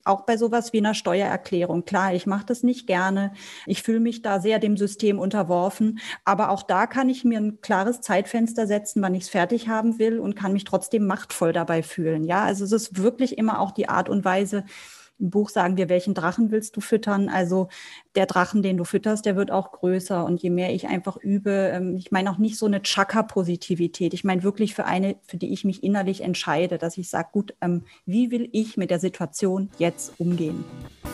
Auch bei sowas wie einer Steuererklärung. Klar, ich mache das nicht gerne. Ich fühle mich da sehr dem System unterworfen. Aber auch da kann ich mir ein klares Zeitfenster setzen, wann ich es fertig haben will und kann mich trotzdem machtvoll dabei fühlen. Ja, also es ist wirklich immer auch die Art und Weise. Im Buch sagen wir, welchen Drachen willst du füttern? Also der Drachen, den du fütterst, der wird auch größer. Und je mehr ich einfach übe, ich meine auch nicht so eine Chakra-Positivität. Ich meine wirklich für eine, für die ich mich innerlich entscheide, dass ich sage, gut, wie will ich mit der Situation jetzt umgehen?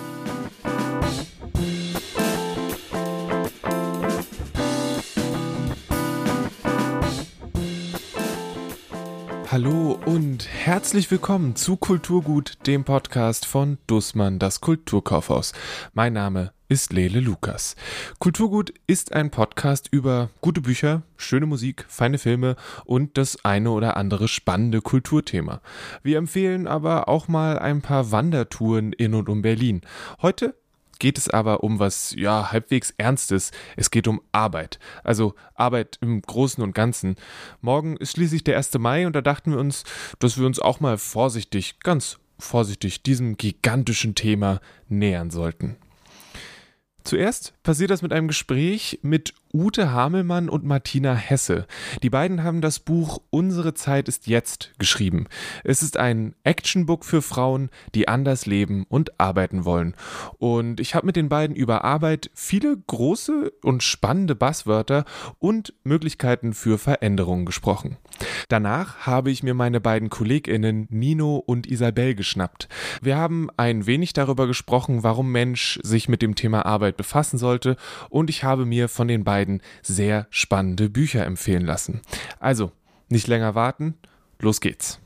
Hallo und herzlich willkommen zu Kulturgut, dem Podcast von Dussmann, das Kulturkaufhaus. Mein Name ist Lele Lukas. Kulturgut ist ein Podcast über gute Bücher, schöne Musik, feine Filme und das eine oder andere spannende Kulturthema. Wir empfehlen aber auch mal ein paar Wandertouren in und um Berlin. Heute geht es aber um was, ja, halbwegs Ernstes. Es geht um Arbeit. Also Arbeit im Großen und Ganzen. Morgen ist schließlich der 1. Mai und da dachten wir uns, dass wir uns auch mal vorsichtig, ganz vorsichtig diesem gigantischen Thema nähern sollten. Zuerst passiert das mit einem Gespräch mit Ute Hamelmann und Martina Hesse. Die beiden haben das Buch Unsere Zeit ist jetzt geschrieben. Es ist ein Actionbook für Frauen, die anders leben und arbeiten wollen. Und ich habe mit den beiden über Arbeit viele große und spannende Buzzwörter und Möglichkeiten für Veränderungen gesprochen. Danach habe ich mir meine beiden KollegInnen Nino und Isabel geschnappt. Wir haben ein wenig darüber gesprochen, warum Mensch sich mit dem Thema Arbeit befassen sollte, und ich habe mir von den beiden sehr spannende Bücher empfehlen lassen. Also, nicht länger warten, los geht's.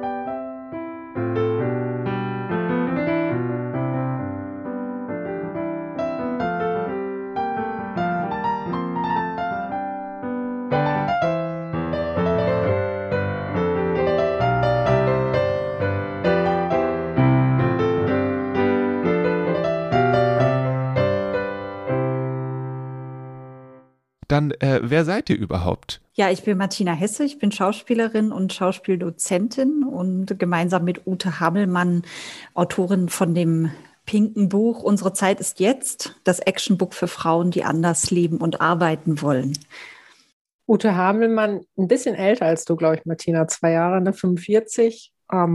Dann, wer seid ihr überhaupt? Ja, ich bin Martina Hesse, ich bin Schauspielerin und Schauspieldozentin und gemeinsam mit Ute Hamelmann Autorin von dem pinken Buch Unsere Zeit ist jetzt, das Actionbook für Frauen, die anders leben und arbeiten wollen. Ute Hamelmann, ein bisschen älter als du, glaube ich, Martina, 2 Jahre, ne, 45,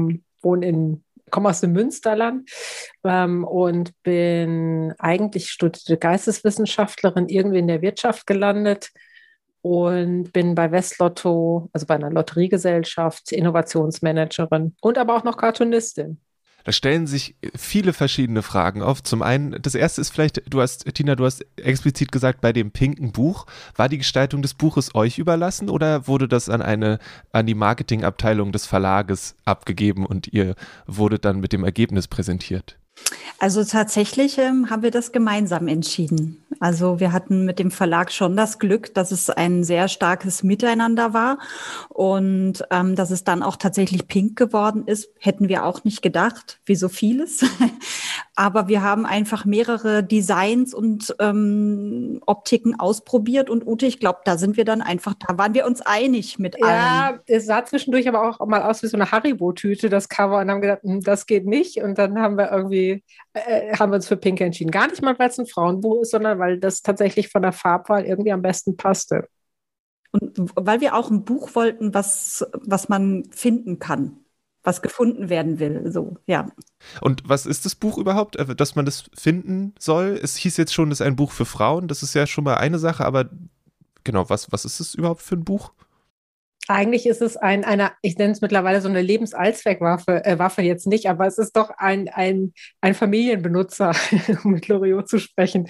komme aus dem Münsterland und bin eigentlich studierte Geisteswissenschaftlerin, irgendwie in der Wirtschaft gelandet und bin bei Westlotto, also bei einer Lotteriegesellschaft, Innovationsmanagerin und aber auch noch Cartoonistin. Da stellen sich viele verschiedene Fragen auf. Zum einen, das erste ist vielleicht, Tina, du hast explizit gesagt, bei dem pinken Buch, war die Gestaltung des Buches euch überlassen oder wurde das an die Marketingabteilung des Verlages abgegeben und ihr wurdet dann mit dem Ergebnis präsentiert? Also tatsächlich haben wir das gemeinsam entschieden. Also wir hatten mit dem Verlag schon das Glück, dass es ein sehr starkes Miteinander war und dass es dann auch tatsächlich pink geworden ist, hätten wir auch nicht gedacht, wie so vieles. Aber wir haben einfach mehrere Designs und Optiken ausprobiert und Ute, ich glaube, da waren wir uns einig mit allen. Ja, es sah zwischendurch aber auch mal aus wie so eine Haribo-Tüte, das Cover, und haben gedacht, das geht nicht. Und dann haben wir uns für Pink entschieden. Gar nicht mal, weil es ein Frauenbuch ist, sondern weil das tatsächlich von der Farbwahl irgendwie am besten passte. Und weil wir auch ein Buch wollten, was man finden kann, was gefunden werden will, so, ja. Und was ist das Buch überhaupt, dass man das finden soll? Es hieß jetzt schon, das ist ein Buch für Frauen, das ist ja schon mal eine Sache, aber genau, was ist es überhaupt für ein Buch? Eigentlich ist es ich nenne es mittlerweile so eine Lebensallzweckwaffe, Waffe jetzt nicht, aber es ist doch ein Familienbenutzer, um mit Loriot zu sprechen.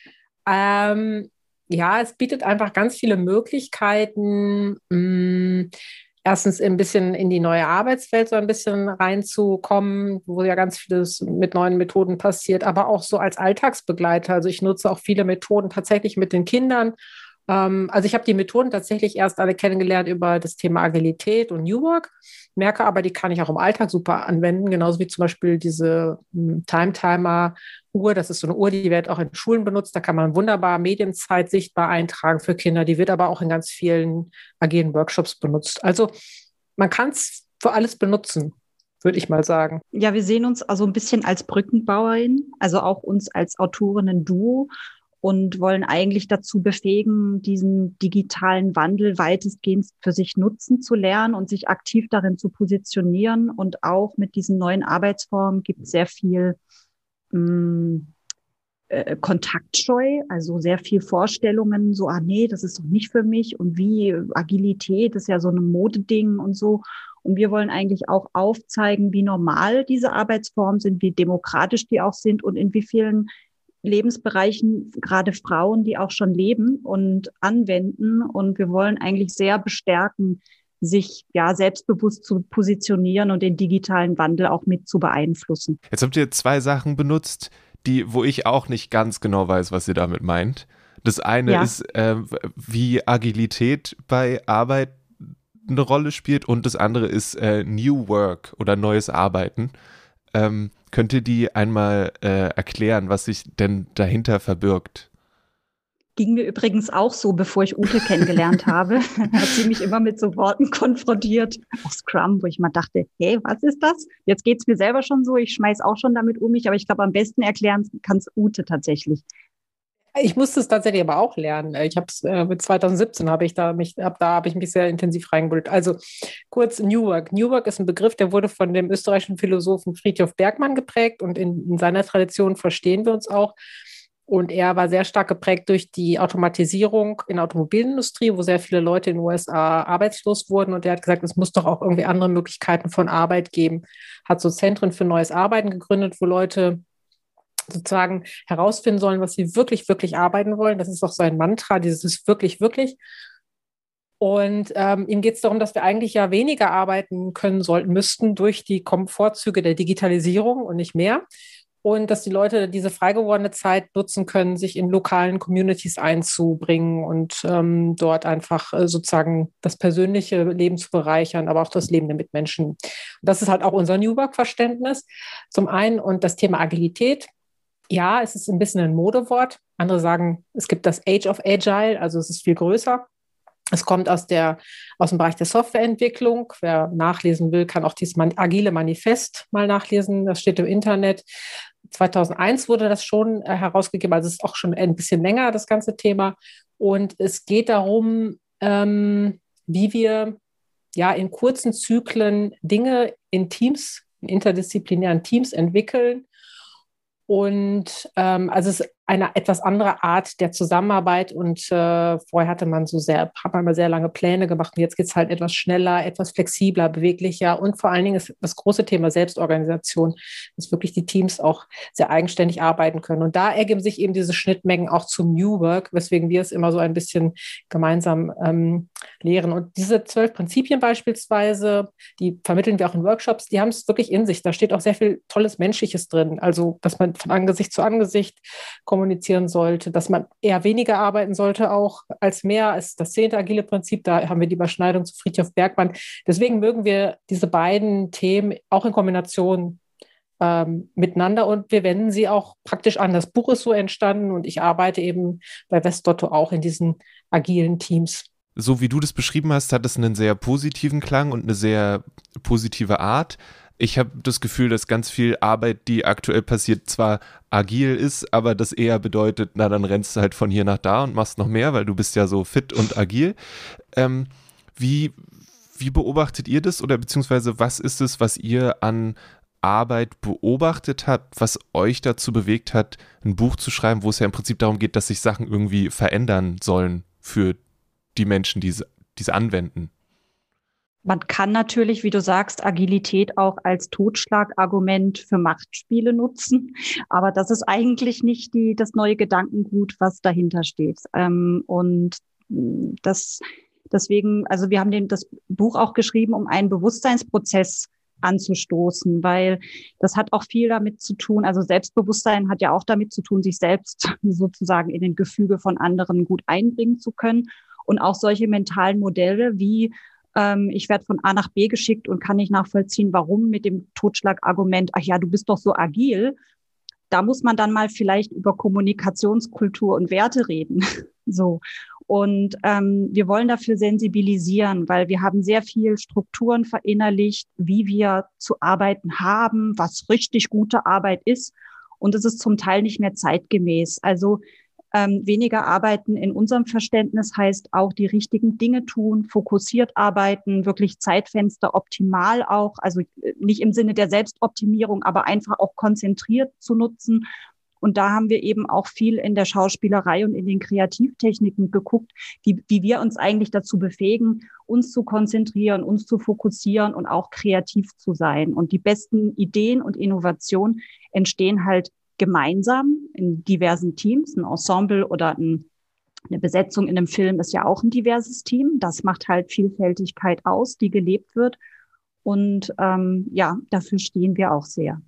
Ja, es bietet einfach ganz viele Möglichkeiten, erstens ein bisschen in die neue Arbeitswelt so ein bisschen reinzukommen, wo ja ganz vieles mit neuen Methoden passiert, aber auch so als Alltagsbegleiter. Also ich nutze auch viele Methoden tatsächlich mit den Kindern. Also ich habe die Methoden tatsächlich erst alle kennengelernt über das Thema Agilität und New Work, merke aber, die kann ich auch im Alltag super anwenden, genauso wie zum Beispiel diese Time-Timer-Uhr. Das ist so eine Uhr, die wird auch in Schulen benutzt. Da kann man wunderbar Medienzeit sichtbar eintragen für Kinder. Die wird aber auch in ganz vielen agilen Workshops benutzt. Also man kann es für alles benutzen. würde ich mal sagen. Ja, wir sehen uns also ein bisschen als Brückenbauerin, also auch uns als Autorinnen-Duo und wollen eigentlich dazu befähigen, diesen digitalen Wandel weitestgehend für sich nutzen zu lernen und sich aktiv darin zu positionieren. Und auch mit diesen neuen Arbeitsformen gibt es sehr viel kontaktscheu, also sehr viel Vorstellungen, so, nee, das ist doch nicht für mich und wie Agilität ist ja so ein Modeding und so. Und wir wollen eigentlich auch aufzeigen, wie normal diese Arbeitsformen sind, wie demokratisch die auch sind und in wie vielen Lebensbereichen gerade Frauen, die auch schon leben und anwenden. Und wir wollen eigentlich sehr bestärken, sich ja selbstbewusst zu positionieren und den digitalen Wandel auch mit zu beeinflussen. Jetzt habt ihr 2 Sachen benutzt, wo ich auch nicht ganz genau weiß, was ihr damit meint. Das eine ist, wie Agilität bei Arbeit eine Rolle spielt, und das andere ist New Work oder neues Arbeiten. Könnt ihr die einmal erklären, was sich denn dahinter verbirgt? Ging mir übrigens auch so, bevor ich Ute kennengelernt habe. Hat sie mich immer mit so Worten konfrontiert auf Scrum, wo ich mal dachte, hey, was ist das? Jetzt geht's mir selber schon so, ich schmeiß auch schon damit um mich, aber ich glaube, am besten erklären kann es Ute tatsächlich. Ich musste es tatsächlich aber auch lernen. Ich habe es mit 2017 habe ich mich sehr intensiv reingebildet. Also kurz New Work. New Work ist ein Begriff, der wurde von dem österreichischen Philosophen Friedrich Bergmann geprägt, und in seiner Tradition verstehen wir uns auch. Und er war sehr stark geprägt durch die Automatisierung in der Automobilindustrie, wo sehr viele Leute in den USA arbeitslos wurden. Und er hat gesagt, es muss doch auch irgendwie andere Möglichkeiten von Arbeit geben. Hat so Zentren für neues Arbeiten gegründet, wo Leute sozusagen herausfinden sollen, was sie wirklich, wirklich arbeiten wollen. Das ist auch sein Mantra, dieses wirklich, wirklich. Und ihm geht es darum, dass wir eigentlich ja weniger arbeiten können müssten durch die Vorzüge der Digitalisierung und nicht mehr. Und dass die Leute diese frei gewordene Zeit nutzen können, sich in lokalen Communities einzubringen und dort einfach sozusagen das persönliche Leben zu bereichern, aber auch das Leben der Mitmenschen. Und das ist halt auch unser New Work-Verständnis zum einen. Und das Thema Agilität. Ja, es ist ein bisschen ein Modewort. Andere sagen, es gibt das Age of Agile, also es ist viel größer. Es kommt aus dem Bereich der Softwareentwicklung. Wer nachlesen will, kann auch dieses Agile Manifest mal nachlesen. Das steht im Internet. 2001 wurde das schon herausgegeben, also es ist auch schon ein bisschen länger, das ganze Thema. Und es geht darum, wie wir ja in kurzen Zyklen Dinge in Teams, in interdisziplinären Teams entwickeln. Und also es ist eine etwas andere Art der Zusammenarbeit, und vorher hat man immer sehr lange Pläne gemacht, und jetzt geht es halt etwas schneller, etwas flexibler, beweglicher, und vor allen Dingen ist das große Thema Selbstorganisation, dass wirklich die Teams auch sehr eigenständig arbeiten können. Und da ergeben sich eben diese Schnittmengen auch zum New Work, weswegen wir es immer so ein bisschen gemeinsam lehren. Und diese 12 Prinzipien beispielsweise, die vermitteln wir auch in Workshops, die haben es wirklich in sich. Da steht auch sehr viel tolles Menschliches drin, also dass man von Angesicht zu Angesicht kommunizieren sollte, dass man eher weniger arbeiten sollte auch als mehr, ist das 10. agile Prinzip, da haben wir die Überschneidung zu Friedrich Bergmann. Deswegen mögen wir diese beiden Themen auch in Kombination miteinander, und wir wenden sie auch praktisch an. Das Buch ist so entstanden, und ich arbeite eben bei Westdotto auch in diesen agilen Teams. So wie du das beschrieben hast, hat es einen sehr positiven Klang und eine sehr positive Art. Ich habe das Gefühl, dass ganz viel Arbeit, die aktuell passiert, zwar agil ist, aber das eher bedeutet, na, dann rennst du halt von hier nach da und machst noch mehr, weil du bist ja so fit und agil. Wie beobachtet ihr das, oder beziehungsweise was ist es, was ihr an Arbeit beobachtet habt, was euch dazu bewegt hat, ein Buch zu schreiben, wo es ja im Prinzip darum geht, dass sich Sachen irgendwie verändern sollen für die Menschen, die es anwenden? Man kann natürlich, wie du sagst, Agilität auch als Totschlagargument für Machtspiele nutzen. Aber das ist eigentlich nicht das neue Gedankengut, was dahinter steht. Deswegen, also wir haben das Buch auch geschrieben, um einen Bewusstseinsprozess anzustoßen, weil das hat auch viel damit zu tun, also Selbstbewusstsein hat ja auch damit zu tun, sich selbst sozusagen in den Gefüge von anderen gut einbringen zu können. Und auch solche mentalen Modelle wie ich werde von A nach B geschickt und kann nicht nachvollziehen, warum, mit dem Totschlagargument, ach ja, du bist doch so agil. Da muss man dann mal vielleicht über Kommunikationskultur und Werte reden. So. Und wir wollen dafür sensibilisieren, weil wir haben sehr viel Strukturen verinnerlicht, wie wir zu arbeiten haben, was richtig gute Arbeit ist. Und es ist zum Teil nicht mehr zeitgemäß. Also weniger arbeiten in unserem Verständnis heißt auch die richtigen Dinge tun, fokussiert arbeiten, wirklich Zeitfenster optimal auch, also nicht im Sinne der Selbstoptimierung, aber einfach auch konzentriert zu nutzen. Und da haben wir eben auch viel in der Schauspielerei und in den Kreativtechniken geguckt, wie wir uns eigentlich dazu befähigen, uns zu konzentrieren, uns zu fokussieren und auch kreativ zu sein. Und die besten Ideen und Innovationen entstehen halt gemeinsam in diversen Teams. Ein Ensemble oder eine Besetzung in einem Film ist ja auch ein diverses Team. Das macht halt Vielfältigkeit aus, die gelebt wird. Und dafür stehen wir auch sehr.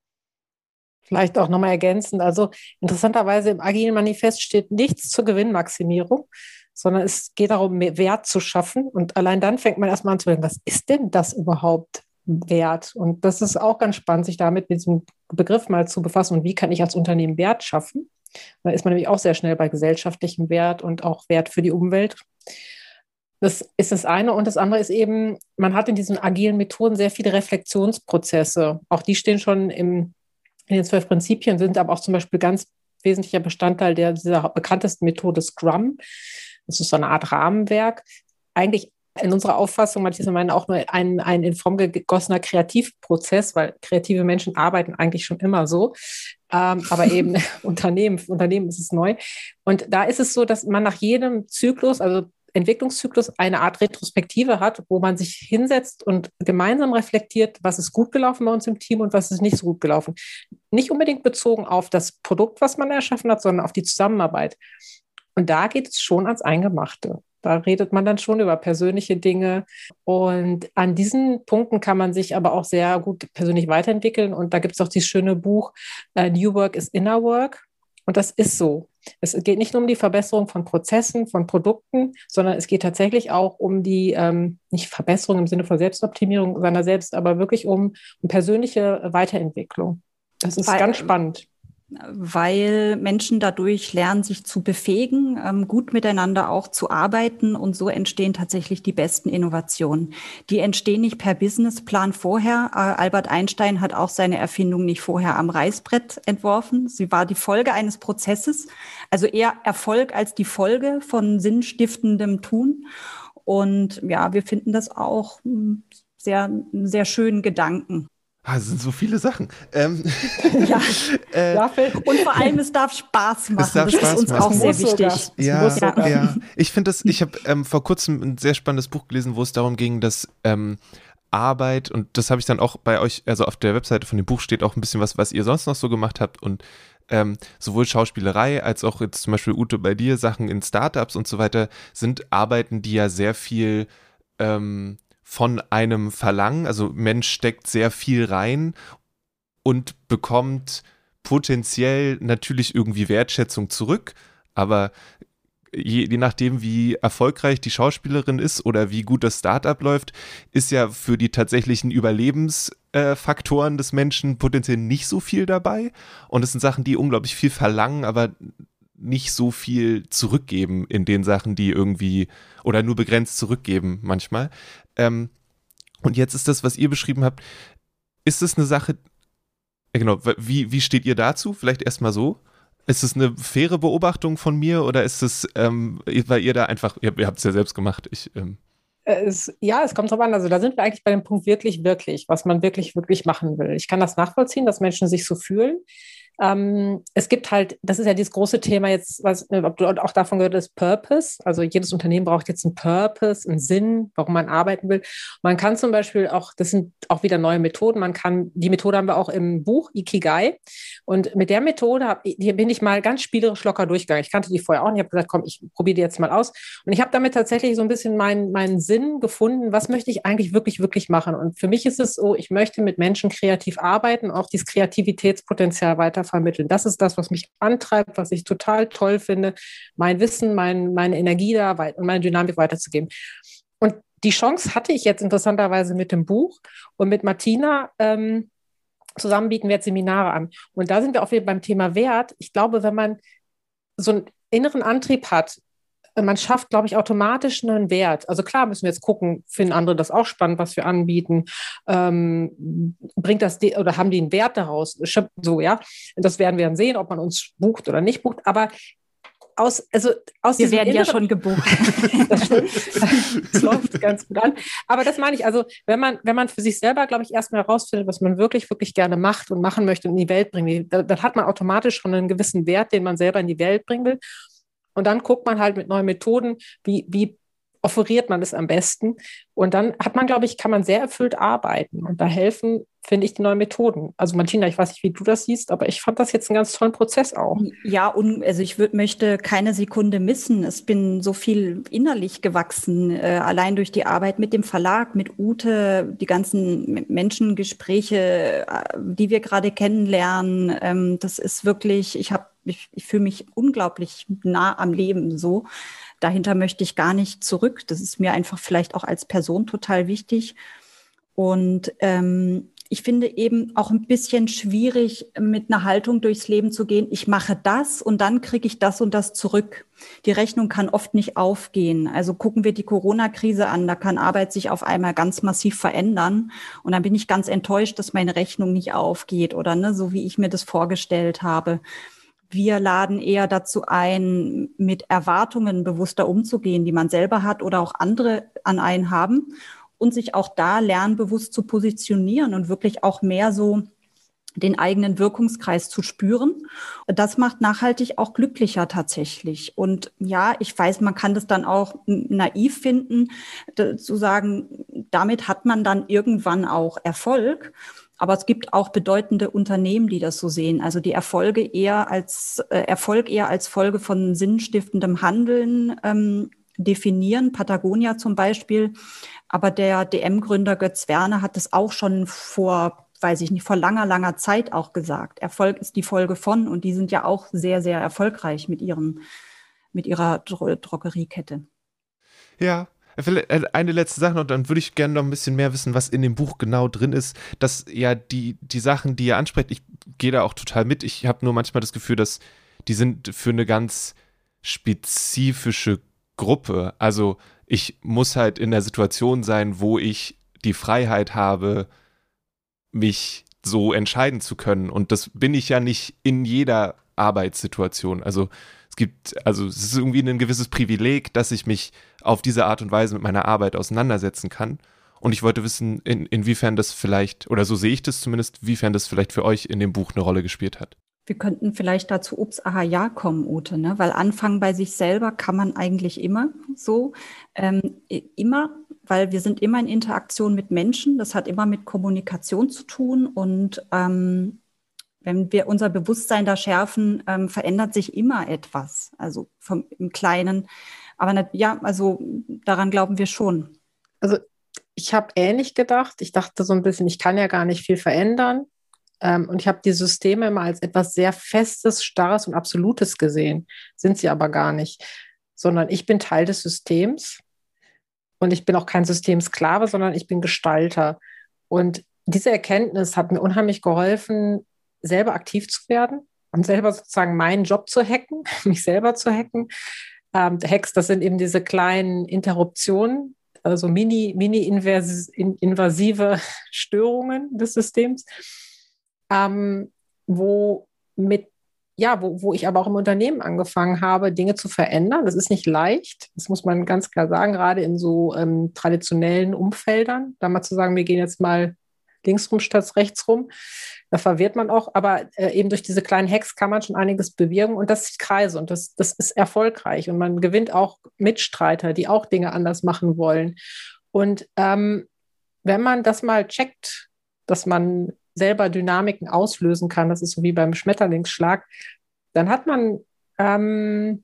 Vielleicht auch nochmal ergänzend. Also interessanterweise im Agilen Manifest steht nichts zur Gewinnmaximierung, sondern es geht darum, mehr Wert zu schaffen. Und allein dann fängt man erstmal an zu denken, was ist denn das überhaupt Wert? Und das ist auch ganz spannend, sich damit mit diesem Begriff mal zu befassen. Und wie kann ich als Unternehmen Wert schaffen? Da ist man nämlich auch sehr schnell bei gesellschaftlichem Wert und auch Wert für die Umwelt. Das ist das eine. Und das andere ist eben, man hat in diesen agilen Methoden sehr viele Reflexionsprozesse. Auch die stehen schon in den 12 Prinzipien, sind aber auch zum Beispiel ganz wesentlicher Bestandteil dieser bekanntesten Methode Scrum. Das ist so eine Art Rahmenwerk. Eigentlich in unserer Auffassung, manche meinen auch nur ein in Form gegossener Kreativprozess, weil kreative Menschen arbeiten eigentlich schon immer so. Aber eben Unternehmen ist es neu. Und da ist es so, dass man nach jedem Zyklus, also Entwicklungszyklus, eine Art Retrospektive hat, wo man sich hinsetzt und gemeinsam reflektiert, was ist gut gelaufen bei uns im Team und was ist nicht so gut gelaufen. Nicht unbedingt bezogen auf das Produkt, was man erschaffen hat, sondern auf die Zusammenarbeit. Und da geht es schon ans Eingemachte. Da redet man dann schon über persönliche Dinge. Und an diesen Punkten kann man sich aber auch sehr gut persönlich weiterentwickeln. Und da gibt es auch dieses schöne Buch, New Work is Inner Work. Und das ist so. Es geht nicht nur um die Verbesserung von Prozessen, von Produkten, sondern es geht tatsächlich auch um die, nicht Verbesserung im Sinne von Selbstoptimierung seiner selbst, aber wirklich um persönliche Weiterentwicklung. Das ist ganz spannend. Weil Menschen dadurch lernen, sich zu befähigen, gut miteinander auch zu arbeiten, und so entstehen tatsächlich die besten Innovationen. Die entstehen nicht per Businessplan vorher. Albert Einstein hat auch seine Erfindung nicht vorher am Reißbrett entworfen. Sie war die Folge eines Prozesses, also eher Erfolg als die Folge von sinnstiftendem Tun. Und ja, wir finden das auch einen sehr schönen Gedanken. Es sind so viele Sachen. Ja. Und vor allem, es darf Spaß machen. Das ist uns auch sehr wichtig. Ja. Ich finde das, ich habe vor kurzem ein sehr spannendes Buch gelesen, wo es darum ging, dass Arbeit, und das habe ich dann auch bei euch, also auf der Webseite von dem Buch steht auch ein bisschen was ihr sonst noch so gemacht habt, und sowohl Schauspielerei als auch jetzt zum Beispiel, Ute, bei dir, Sachen in Startups und so weiter, sind Arbeiten, die ja sehr viel von einem verlangen. Also Mensch steckt sehr viel rein und bekommt potenziell natürlich irgendwie Wertschätzung zurück, aber je nachdem, wie erfolgreich die Schauspielerin ist oder wie gut das Startup läuft, ist ja für die tatsächlichen Überlebensfaktoren des Menschen potenziell nicht so viel dabei. Und es sind Sachen, die unglaublich viel verlangen, aber nicht so viel zurückgeben in den Sachen, die irgendwie oder nur begrenzt zurückgeben manchmal. Und jetzt ist das, was ihr beschrieben habt, ist es eine Sache, genau, wie steht ihr dazu? Vielleicht erstmal so. Ist es eine faire Beobachtung von mir oder ist es, weil ihr da einfach, ihr habt es ja selbst gemacht, es kommt drauf an. Also da sind wir eigentlich bei dem Punkt wirklich, wirklich, was man wirklich, wirklich machen will. Ich kann das nachvollziehen, dass Menschen sich so fühlen. Es gibt halt, das ist ja dieses große Thema jetzt, ob du auch davon gehört hast, Purpose. Also jedes Unternehmen braucht jetzt einen Purpose, einen Sinn, warum man arbeiten will. Man kann zum Beispiel auch, das sind auch wieder neue Methoden, die Methode haben wir auch im Buch, Ikigai. Und mit der Methode bin ich mal ganz spielerisch locker durchgegangen. Ich kannte die vorher auch nicht. Ich habe gesagt, komm, ich probiere die jetzt mal aus. Und ich habe damit tatsächlich so ein bisschen meinen Sinn gefunden, was möchte ich eigentlich wirklich, wirklich machen. Und für mich ist es so, ich möchte mit Menschen kreativ arbeiten, auch dieses Kreativitätspotenzial weiter vermitteln. Das ist das, was mich antreibt, was ich total toll finde, mein Wissen, meine Energie da und meine Dynamik weiterzugeben. Und die Chance hatte ich jetzt interessanterweise mit dem Buch, und mit Martina zusammen bieten wir jetzt Seminare an. Und da sind wir auch wieder beim Thema Wert. Ich glaube, wenn man so einen inneren Antrieb hat, man schafft, glaube ich, automatisch einen Wert. Also klar müssen wir jetzt gucken, finden andere das auch spannend, was wir anbieten? Bringt das oder haben die einen Wert daraus? So, ja. Das werden wir dann sehen, ob man uns bucht oder nicht bucht. Aber aus wir werden ja schon gebucht. Das stimmt. Das läuft ganz gut an. Aber das meine ich, also wenn man für sich selber, glaube ich, erstmal herausfindet, was man wirklich, wirklich gerne macht und machen möchte und in die Welt bringen will, dann hat man automatisch schon einen gewissen Wert, den man selber in die Welt bringen will. Und dann guckt man halt mit neuen Methoden, wie offeriert man es am besten. Und dann hat man, glaube ich, kann man sehr erfüllt arbeiten. Und da helfen, finde ich, die neuen Methoden. Also Martina, ich weiß nicht, wie du das siehst, aber ich fand das jetzt einen ganz tollen Prozess auch. Ja, also ich möchte keine Sekunde missen. Es bin so viel innerlich gewachsen, allein durch die Arbeit mit dem Verlag, mit Ute, die ganzen Menschengespräche, die wir gerade kennenlernen. Das ist wirklich, ich fühle mich unglaublich nah am Leben so. Dahinter möchte ich gar nicht zurück. Das ist mir einfach vielleicht auch als Person total wichtig. Und ich finde eben auch ein bisschen schwierig, mit einer Haltung durchs Leben zu gehen. Ich mache das und dann kriege ich das und das zurück. Die Rechnung kann oft nicht aufgehen. Also gucken wir die Corona-Krise an, da kann Arbeit sich auf einmal ganz massiv verändern. Und dann bin ich ganz enttäuscht, dass meine Rechnung nicht aufgeht oder so, wie ich mir das vorgestellt habe. Wir laden eher dazu ein, mit Erwartungen bewusster umzugehen, die man selber hat oder auch andere an einen haben und sich auch da lernbewusst zu positionieren und wirklich auch mehr so den eigenen Wirkungskreis zu spüren. Das macht nachhaltig auch glücklicher tatsächlich. Und ja, ich weiß, man kann das dann auch naiv finden, zu sagen, damit hat man dann irgendwann auch Erfolg. Aber es gibt auch bedeutende Unternehmen, die das so sehen. Also die Erfolg eher als Folge von sinnstiftendem Handeln definieren. Patagonia zum Beispiel. Aber der DM-Gründer Götz Werner hat das auch schon vor langer, langer Zeit auch gesagt. Erfolg ist die Folge von. Und die sind ja auch sehr, sehr erfolgreich mit ihrer Drogeriekette. Ja. Eine letzte Sache noch, dann würde ich gerne noch ein bisschen mehr wissen, was in dem Buch genau drin ist. Dass ja die Sachen, die ihr ansprecht, ich gehe da auch total mit. Ich habe nur manchmal das Gefühl, dass die sind für eine ganz spezifische Gruppe. Also ich muss halt in der Situation sein, wo ich die Freiheit habe, mich so entscheiden zu können. Und das bin ich ja nicht in jeder Arbeitssituation. Also es ist irgendwie ein gewisses Privileg, dass ich mich auf diese Art und Weise mit meiner Arbeit auseinandersetzen kann. Und ich wollte wissen, inwiefern das vielleicht, oder so sehe ich das zumindest, inwiefern das vielleicht für euch in dem Buch eine Rolle gespielt hat. Wir könnten vielleicht dazu ja kommen, Ute, ne? Weil anfangen bei sich selber kann man eigentlich immer so. Weil wir sind immer in Interaktion mit Menschen. Das hat immer mit Kommunikation zu tun. Und wenn wir unser Bewusstsein da schärfen, verändert sich immer etwas. Also im Kleinen. Aber also daran glauben wir schon. Also ich habe ähnlich gedacht. Ich dachte so ein bisschen, ich kann ja gar nicht viel verändern. Und ich habe die Systeme immer als etwas sehr Festes, Starres und Absolutes gesehen. Sind sie aber gar nicht. Sondern ich bin Teil des Systems. Und ich bin auch kein Systemsklave, sondern ich bin Gestalter. Und diese Erkenntnis hat mir unheimlich geholfen, selber aktiv zu werden und selber sozusagen meinen Job zu hacken, mich selber zu hacken. Hacks, das sind eben diese kleinen Interruptionen, also mini-invasive Störungen des Systems, wo ich aber auch im Unternehmen angefangen habe, Dinge zu verändern. Das ist nicht leicht, das muss man ganz klar sagen, gerade in so traditionellen Umfeldern, da mal zu sagen, wir gehen jetzt mal links rum statt rechts rum. Da verwirrt man auch, aber eben durch diese kleinen Hacks kann man schon einiges bewirken und das zieht Kreise und das ist erfolgreich und man gewinnt auch Mitstreiter, die auch Dinge anders machen wollen. Und wenn man das mal checkt, dass man selber Dynamiken auslösen kann, das ist so wie beim Schmetterlingsschlag, dann hat man, dann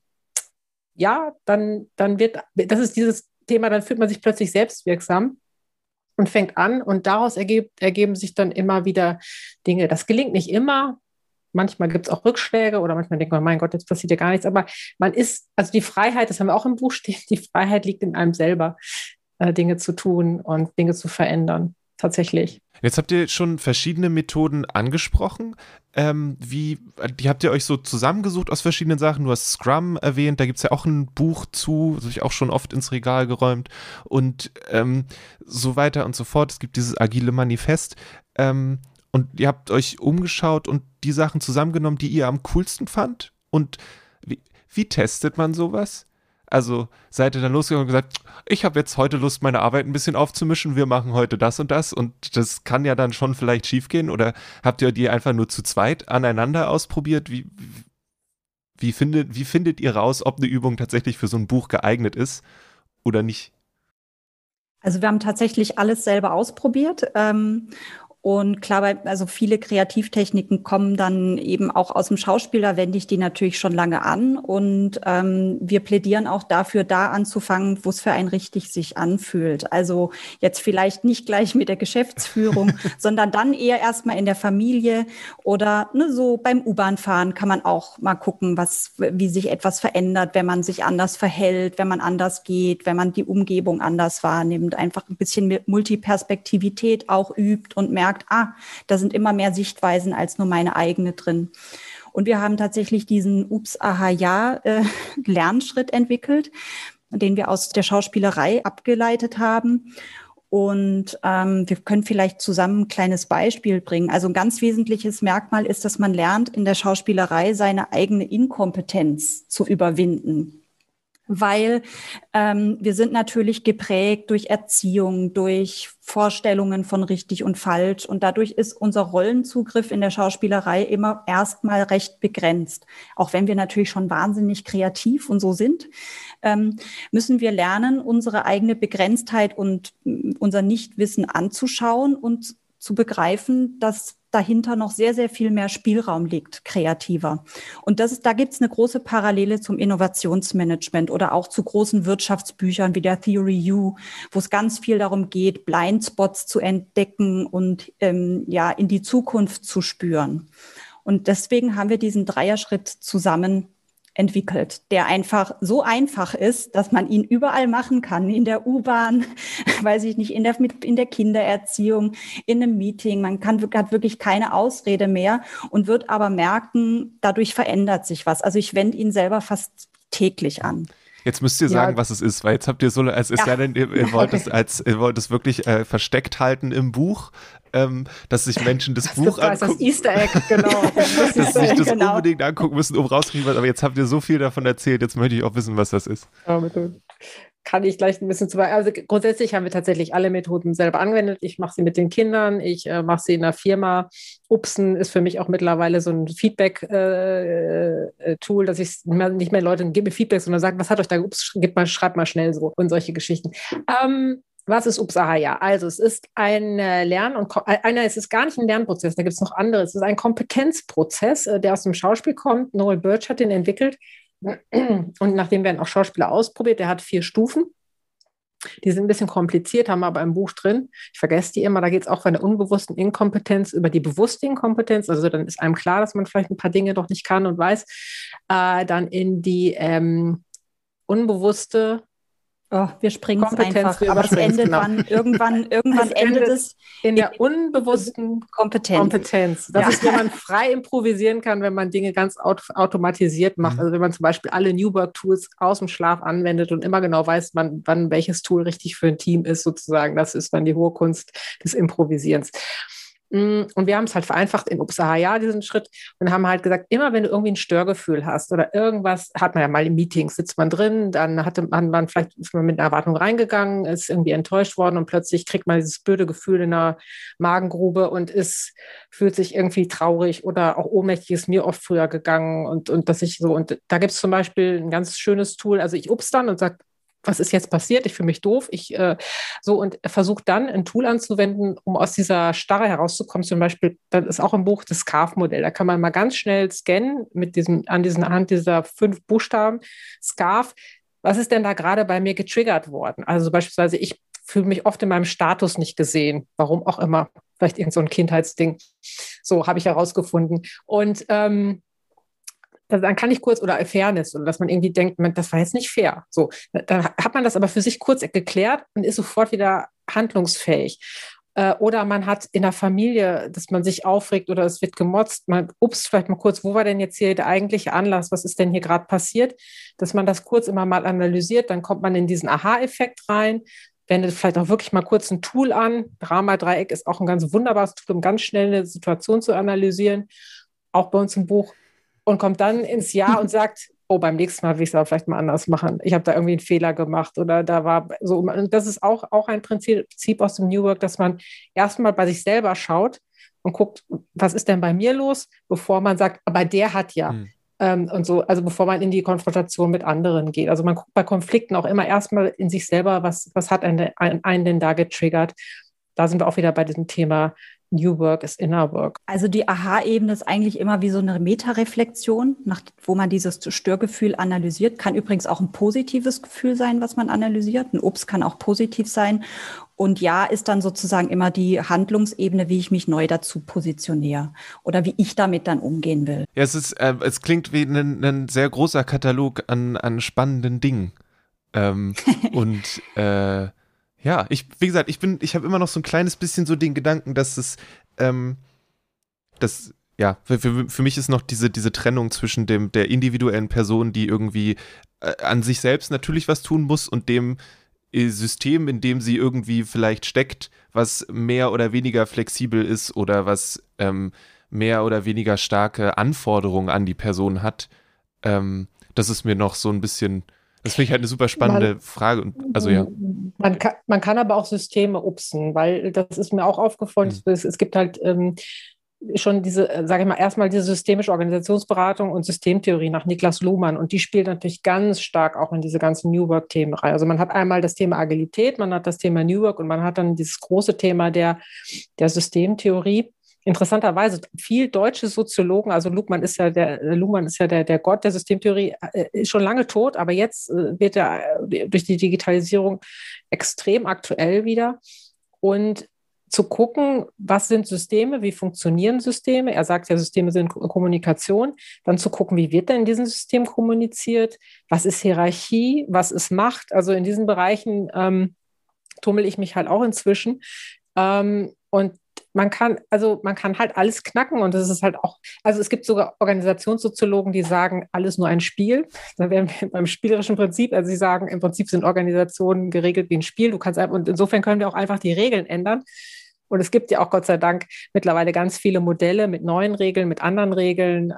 wird, das ist dieses Thema, dann fühlt man sich plötzlich selbstwirksam und fängt an und daraus ergeben sich dann immer wieder Dinge. Das gelingt nicht immer. Manchmal gibt es auch Rückschläge oder manchmal denkt man, mein Gott, jetzt passiert ja gar nichts. Aber also die Freiheit, das haben wir auch im Buch stehen, die Freiheit liegt in einem selber, Dinge zu tun und Dinge zu verändern. tatsächlich. Jetzt habt ihr schon verschiedene Methoden angesprochen. Die habt ihr euch so zusammengesucht aus verschiedenen Sachen? Du hast Scrum erwähnt, da gibt es ja auch ein Buch zu, das habe ich auch schon oft ins Regal geräumt und so weiter und so fort. Es gibt dieses agile Manifest und ihr habt euch umgeschaut und die Sachen zusammengenommen, die ihr am coolsten fand. Und wie testet man sowas? Also seid ihr dann losgegangen und gesagt, ich habe jetzt heute Lust, meine Arbeit ein bisschen aufzumischen, wir machen heute das und das kann ja dann schon vielleicht schiefgehen, oder habt ihr die einfach nur zu zweit aneinander ausprobiert? Wie findet ihr raus, ob eine Übung tatsächlich für so ein Buch geeignet ist oder nicht? Also wir haben tatsächlich alles selber ausprobiert. Und klar, also viele Kreativtechniken kommen dann eben auch aus dem Schauspiel, da wende ich die natürlich schon lange an. Und wir plädieren auch dafür, da anzufangen, wo es für einen richtig sich anfühlt. Also jetzt vielleicht nicht gleich mit der Geschäftsführung, sondern dann eher erstmal in der Familie oder so beim U-Bahn-Fahren kann man auch mal gucken, wie sich etwas verändert, wenn man sich anders verhält, wenn man anders geht, wenn man die Umgebung anders wahrnimmt, einfach ein bisschen Multiperspektivität auch übt und merkt, da sind immer mehr Sichtweisen als nur meine eigene drin. Und wir haben tatsächlich diesen Lernschritt entwickelt, den wir aus der Schauspielerei abgeleitet haben. Und wir können vielleicht zusammen ein kleines Beispiel bringen. Also ein ganz wesentliches Merkmal ist, dass man lernt, in der Schauspielerei seine eigene Inkompetenz zu überwinden. Weil wir sind natürlich geprägt durch Erziehung, durch Vorstellungen von richtig und falsch. Und dadurch ist unser Rollenzugriff in der Schauspielerei immer erstmal recht begrenzt. Auch wenn wir natürlich schon wahnsinnig kreativ und so sind, müssen wir lernen, unsere eigene Begrenztheit und unser Nichtwissen anzuschauen und zu begreifen, dass dahinter noch sehr, sehr viel mehr Spielraum liegt, kreativer. Und da gibt es eine große Parallele zum Innovationsmanagement oder auch zu großen Wirtschaftsbüchern wie der Theory U, wo es ganz viel darum geht, Blindspots zu entdecken und in die Zukunft zu spüren. Und deswegen haben wir diesen Dreierschritt zusammen entwickelt, der einfach so einfach ist, dass man ihn überall machen kann, in der U-Bahn, weiß ich nicht, in der Kindererziehung, in einem Meeting. Hat wirklich keine Ausrede mehr und wird aber merken, dadurch verändert sich was. Also ich wende ihn selber fast täglich an. Jetzt müsst ihr sagen, was es ist, weil jetzt habt ihr ihr wollt es wirklich versteckt halten im Buch, dass sich Menschen das Buch angucken. Das Easter Egg, genau. Dass sie sich das unbedingt angucken müssen, um rauskriegen, aber jetzt habt ihr so viel davon erzählt, jetzt möchte ich auch wissen, was das ist. Ja, kann ich gleich ein bisschen also grundsätzlich haben wir tatsächlich alle Methoden selber angewendet. Ich mache sie mit den Kindern, ich mache sie in der Firma. Upsen ist für mich auch mittlerweile so ein Feedback-Tool, dass ich nicht mehr Leuten gebe Feedback, sondern sage, was hat euch da schreibt mal schnell so und solche Geschichten. Was ist Ups, Aha, ja? Also es ist ein es ist gar nicht ein Lernprozess, da gibt es noch andere. Es ist ein Kompetenzprozess, der aus dem Schauspiel kommt. Noel Birch hat den entwickelt. Und nachdem werden auch Schauspieler ausprobiert, der hat 4 Stufen. Die sind ein bisschen kompliziert, haben aber im Buch drin. Ich vergesse die immer, da geht es auch von der unbewussten Inkompetenz über die bewusste Inkompetenz. Also dann ist einem klar, dass man vielleicht ein paar Dinge doch nicht kann und weiß. Dann in die unbewusste wir springen es einfach, aber es endet irgendwann endet es in der unbewussten Kompetenz. Das ist, wenn man frei improvisieren kann, wenn man Dinge ganz automatisiert macht. Also wenn man zum Beispiel alle New Work-Tools aus dem Schlaf anwendet und immer genau weiß, wann welches Tool richtig für ein Team ist, sozusagen. Das ist dann die hohe Kunst des Improvisierens. Und wir haben es halt vereinfacht in Ups, Aha, ja, diesen Schritt, und haben halt gesagt, immer wenn du irgendwie ein Störgefühl hast oder irgendwas, hat man ja mal in Meetings, sitzt man drin, dann ist man mit einer Erwartung reingegangen, ist irgendwie enttäuscht worden und plötzlich kriegt man dieses blöde Gefühl in der Magengrube und fühlt sich irgendwie traurig oder auch ohnmächtig, ist mir oft früher gegangen und dass ich so, und da gibt es zum Beispiel ein ganz schönes Tool, also ich ups dann und sage, was ist jetzt passiert? Ich fühle mich doof. Und versuche dann ein Tool anzuwenden, um aus dieser Starre herauszukommen. Zum Beispiel, das ist auch im Buch das SCARF-Modell. Da kann man mal ganz schnell scannen anhand dieser 5 Buchstaben. SCARF, was ist denn da gerade bei mir getriggert worden? Also beispielsweise, ich fühle mich oft in meinem Status nicht gesehen. Warum auch immer. Vielleicht irgend so ein Kindheitsding. So habe ich herausgefunden. Und dann kann ich kurz, oder Fairness, oder dass man irgendwie denkt, das war jetzt nicht fair. So, dann hat man das aber für sich kurz geklärt und ist sofort wieder handlungsfähig. Oder man hat in der Familie, dass man sich aufregt oder es wird gemotzt. Vielleicht mal kurz, wo war denn jetzt hier der eigentliche Anlass? Was ist denn hier gerade passiert? Dass man das kurz immer mal analysiert, dann kommt man in diesen Aha-Effekt rein, wendet vielleicht auch wirklich mal kurz ein Tool an. Drama-Dreieck ist auch ein ganz wunderbares Tool, um ganz schnell eine Situation zu analysieren, auch bei uns im Buch, und kommt dann ins Jahr und sagt, oh, beim nächsten Mal will ich es aber vielleicht mal anders machen. Ich habe da irgendwie einen Fehler gemacht oder da war so. Und das ist auch ein Prinzip aus dem New Work, dass man erstmal bei sich selber schaut und guckt, was ist denn bei mir los, bevor man sagt, aber der hat ja. Und so, also bevor man in die Konfrontation mit anderen geht. Also man guckt bei Konflikten auch immer erstmal in sich selber, was hat einen denn da getriggert. Da sind wir auch wieder bei diesem Thema New Work is Inner Work. Also die Aha-Ebene ist eigentlich immer wie so eine Metareflexion, wo man dieses Störgefühl analysiert. Kann übrigens auch ein positives Gefühl sein, was man analysiert. Ein Ups kann auch positiv sein. Und Ja ist dann sozusagen immer die Handlungsebene, wie ich mich neu dazu positioniere oder wie ich damit dann umgehen will. Ja, es klingt wie ein sehr großer Katalog an spannenden Dingen. Ja, wie gesagt, ich habe immer noch so ein kleines bisschen so den Gedanken, dass für mich ist noch diese Trennung zwischen der individuellen Person, die irgendwie an sich selbst natürlich was tun muss, und dem System, in dem sie irgendwie vielleicht steckt, was mehr oder weniger flexibel ist oder was mehr oder weniger starke Anforderungen an die Person hat. Das ist mir noch so ein bisschen. Das finde ich halt eine super spannende Frage. Also ja. Man kann aber auch Systeme upsen, weil das ist mir auch aufgefallen. Es gibt halt schon diese, sage ich mal, erstmal diese systemische Organisationsberatung und Systemtheorie nach Niklas Luhmann, und die spielt natürlich ganz stark auch in diese ganzen New Work-Themen rein. Also man hat einmal das Thema Agilität, man hat das Thema New Work und man hat dann dieses große Thema der Systemtheorie. Interessanterweise, viele deutsche Soziologen, also Luhmann ist ja der Gott der Systemtheorie, ist schon lange tot, aber jetzt wird er durch die Digitalisierung extrem aktuell wieder. Und zu gucken, was sind Systeme, wie funktionieren Systeme? Er sagt ja, Systeme sind Kommunikation. Dann zu gucken, wie wird denn in diesem System kommuniziert? Was ist Hierarchie? Was ist Macht? Also in diesen Bereichen tummel ich mich halt auch inzwischen. Und man kann halt alles knacken, und das ist halt auch, also es gibt sogar Organisationssoziologen, die sagen, alles nur ein Spiel. Da wären wir beim spielerischen Prinzip, also sie sagen, im Prinzip sind Organisationen geregelt wie ein Spiel. Und insofern können wir auch einfach die Regeln ändern. Und es gibt ja auch Gott sei Dank mittlerweile ganz viele Modelle mit neuen Regeln, mit anderen Regeln.